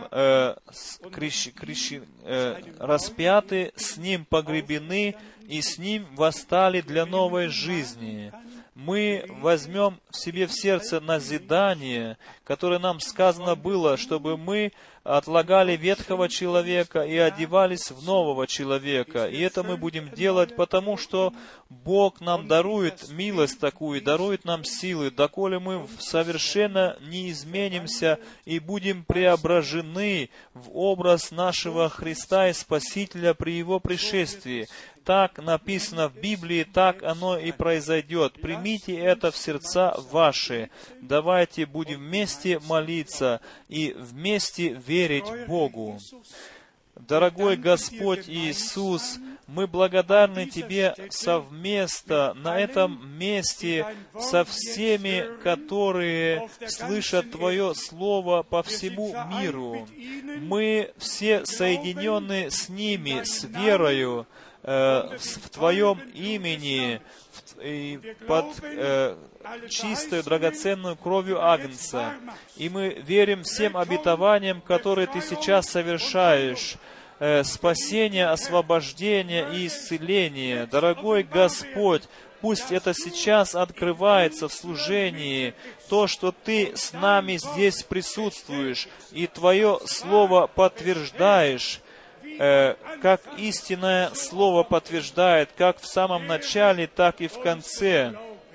распяты, с Ним погребены и с Ним восстали для новой жизни. Мы возьмем в себе в сердце назидание, которое нам сказано было, чтобы мы отлагали ветхого человека и одевались в нового человека. И это мы будем делать, потому что Бог нам дарует милость такую, дарует нам силы, доколе мы совершенно не изменимся и будем преображены в образ нашего Христа и Спасителя при Его пришествии. Так написано в Библии, так оно и произойдет. Примите это в сердца ваши. Давайте будем вместе молиться и вместе верить Богу. Дорогой Господь Иисус, мы благодарны Тебе совместно на этом месте со всеми, которые слышат Твое Слово по всему миру. Мы все соединены с ними, с верою, в Твоем имени, под чистую, драгоценную кровью Агнца. И мы верим всем обетованиям, которые Ты сейчас совершаешь. спасения, освобождения и исцеления. Дорогой Господь, пусть это сейчас открывается в служении, то, что Ты с нами здесь присутствуешь, и Твое Слово подтверждаешь, как истинное Слово подтверждает, как в самом начале, так и в конце.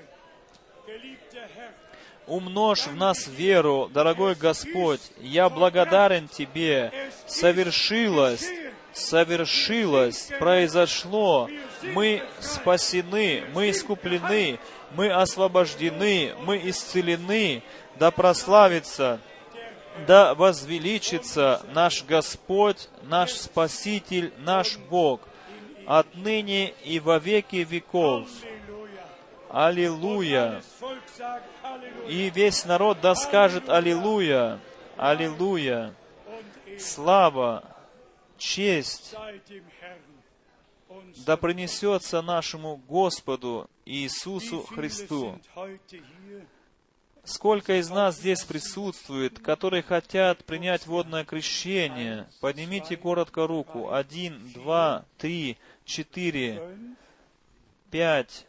Умножь в нас веру, дорогой Господь. Я благодарен Тебе. Совершилось, произошло. Мы спасены, мы искуплены, мы освобождены, мы исцелены. Да прославится, да возвеличится наш Господь, наш Спаситель, наш Бог, отныне и во веки веков. Аллилуйя! И весь народ да скажет Аллилуйя! Аллилуйя! Слава, честь да принесется нашему Господу Иисусу Христу. Сколько из нас здесь присутствует, которые хотят принять водное крещение? Поднимите коротко руку. 1, 2, 3, 4, 5.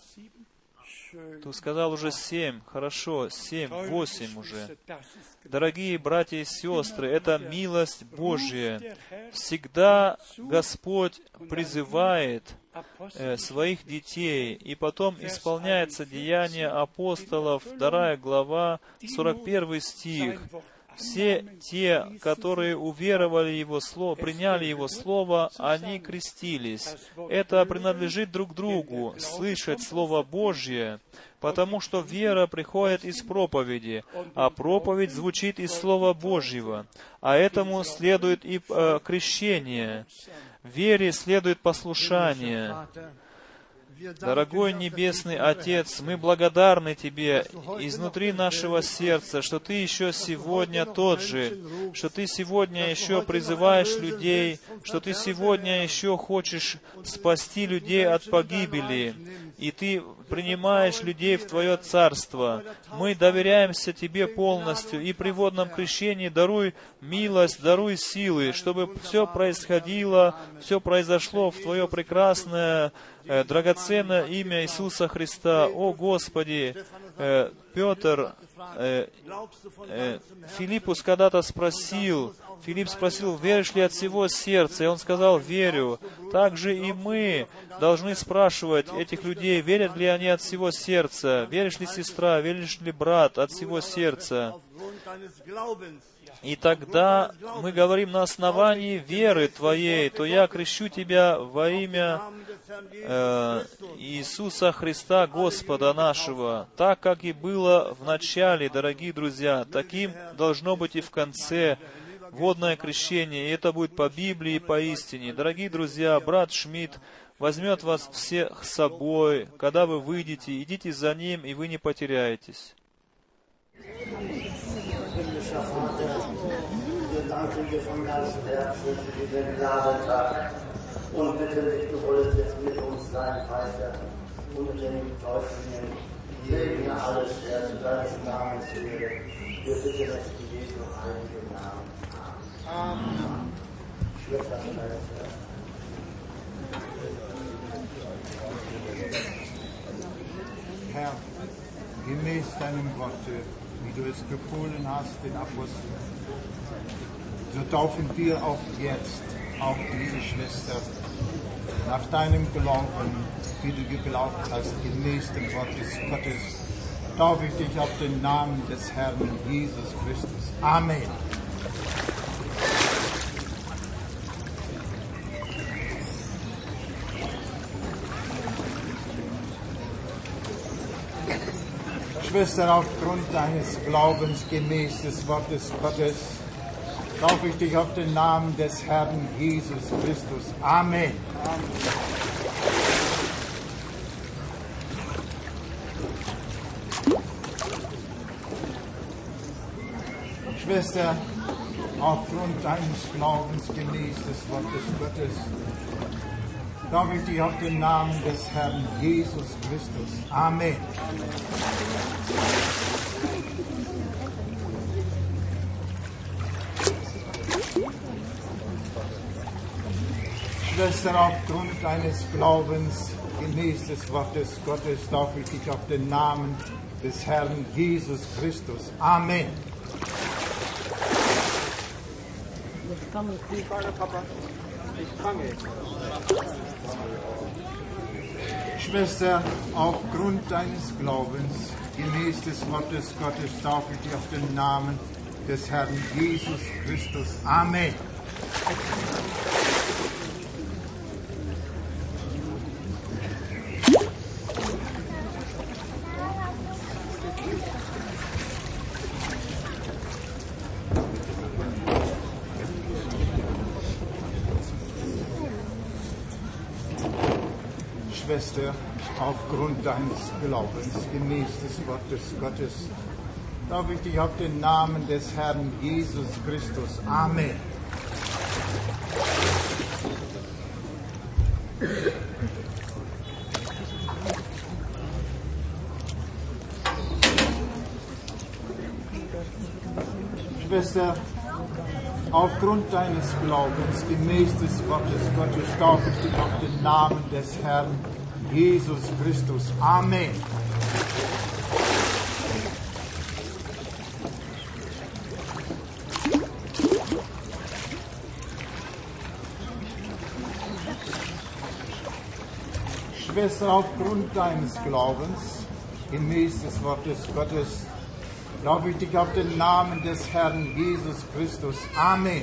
Ты сказал уже 7. Хорошо, 7, 8 уже. Дорогие братья и сестры, это милость Божья. Всегда Господь призывает своих детей, и потом исполняется Деяние апостолов, 2 глава, 41 стих. Все те, которые уверовали Его Слово, приняли Его Слово, они крестились. Это принадлежит друг другу, слышать Слово Божье, потому что вера приходит из проповеди, а проповедь звучит из Слова Божьего, а этому следует и крещение. Вере следует послушание. Дорогой Небесный Отец, мы благодарны Тебе изнутри нашего сердца, что Ты еще сегодня тот же, что Ты сегодня еще призываешь людей, что Ты сегодня еще хочешь спасти людей от погибели, и Ты принимаешь людей в Твое Царство. Мы доверяемся Тебе полностью, и при водном крещении даруй милость, даруй силы, чтобы все происходило, все произошло в Твое прекрасное, драгоценное имя Иисуса Христа. О Господи, Петр, Филиппус когда-то спросил, Филипп спросил, веришь ли от всего сердца? И он сказал, верю. Также и мы должны спрашивать этих людей, верят ли они от всего сердца? Веришь ли, сестра, веришь ли, брат, от всего сердца? И тогда мы говорим на основании веры Твоей, то я крещу Тебя во имя Иисуса Христа, Господа нашего, так, как и было в начале, дорогие друзья, таким должно быть и в конце водное крещение, и это будет по Библии и по истине. Дорогие друзья, брат Шмидт возьмет вас всех с собой, когда вы выйдете, идите за ним, и вы не потеряетесь. Und bitte dich, du wolltest jetzt mit uns sein, Vater, unter den Teufeln, segne alles, der zu deines Namens führe. Wir bitten es in Jesu heiligen Namen. Amen. Schwester, Herr, gemäß deinem Worte, wie du es befohlen hast, den Aposteln, so taufen wir auch jetzt auch diese Schwester nach deinem Glauben, wie du geglaubt hast, gemäß dem Wort des Gottes, taufe ich dich auf den Namen des Herrn Jesus Christus. Amen. Schwester, aufgrund deines Glaubens gemäß des Wortes Gottes, taufe ich dich auf den Namen des Herrn Jesus Christus. Amen. Schwester, aufgrund deines Glaubens gemäß des Wortes Gottes, taufe ich dich auf den Namen des Herrn Jesus Christus. Amen. Schwester, aufgrund deines Glaubens, gemäß des Wortes Gottes, darf ich dich auf den Namen des Herrn Jesus Christus. Amen. Ich fange, Papa. Ich fange. Schwester, aufgrund deines Glaubens, gemäß des Wortes Gottes, darf ich dich auf den Namen des Herrn Jesus Christus. Amen. Schwester, aufgrund deines Glaubens, gemäß des Wortes Gottes, darf ich dich auf den Namen des Herrn Jesus Christus. Amen. Schwester, aufgrund deines Glaubens, gemäß des Wortes Gottes, darf ich dich auf den Namen des Herrn Jesus Christus. Amen. Schwester, aufgrund deines Glaubens, gemäß des Wortes Gottes, darf ich dich auf den Namen des Herrn Jesus Christus. Amen.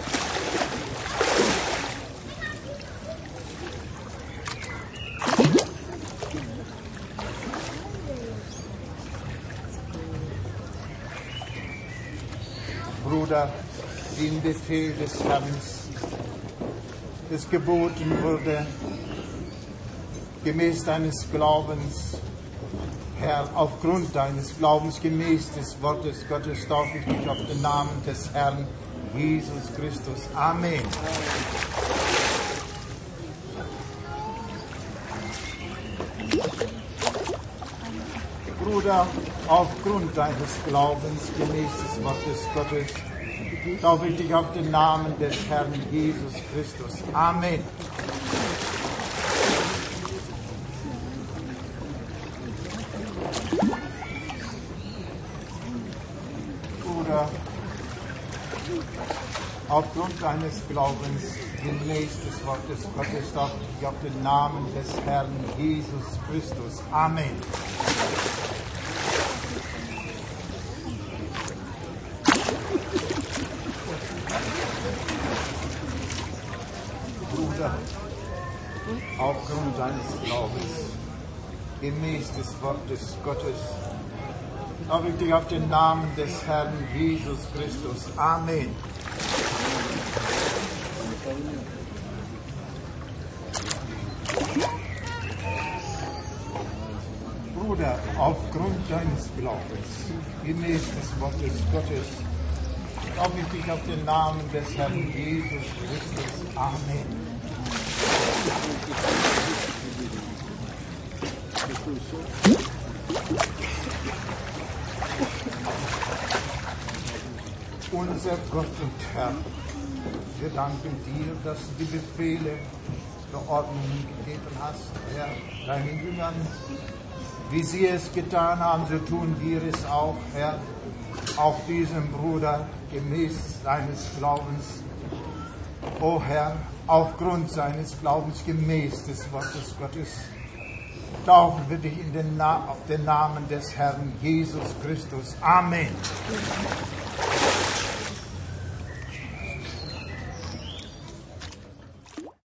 Bruder, den Befehl des Herrn, es geboten wurde, gemäß deines Glaubens, Herr, aufgrund deines Glaubens, gemäß des Wortes Gottes, darf ich dich auf den Namen des Herrn Jesus Christus. Amen. Bruder, aufgrund deines Glaubens, gemäß des Wortes Gottes, darf ich dich auf den Namen des Herrn Jesus Christus. Amen. Bruder, aufgrund deines Glaubens, gemäß des Wortes Gottes, darf ich dich auf den Namen des Herrn Jesus Christus. Amen. Bruder, aufgrund deines Glaubens, gemäß des Wortes Gottes, darf ich dich auf den Namen des Herrn Jesus Christus. Amen. Bruder, aufgrund deines Glaubens, gemäß des Wortes Gottes, darf ich dich auf den Namen des Herrn Jesus Christus. Amen. Unser Gott und Herr, wir danken dir, dass du die Befehle, Verordnungen gegeben hast, Herr, deinen Jüngern. Wie sie es getan haben, so tun wir es auch, Herr, auch diesem Bruder gemäß seines Glaubens. O Herr, aufgrund seines Glaubens gemäß des Wortes Gottes, taufen wir dich auf den Namen des Herrn Jesus Christus. Amen.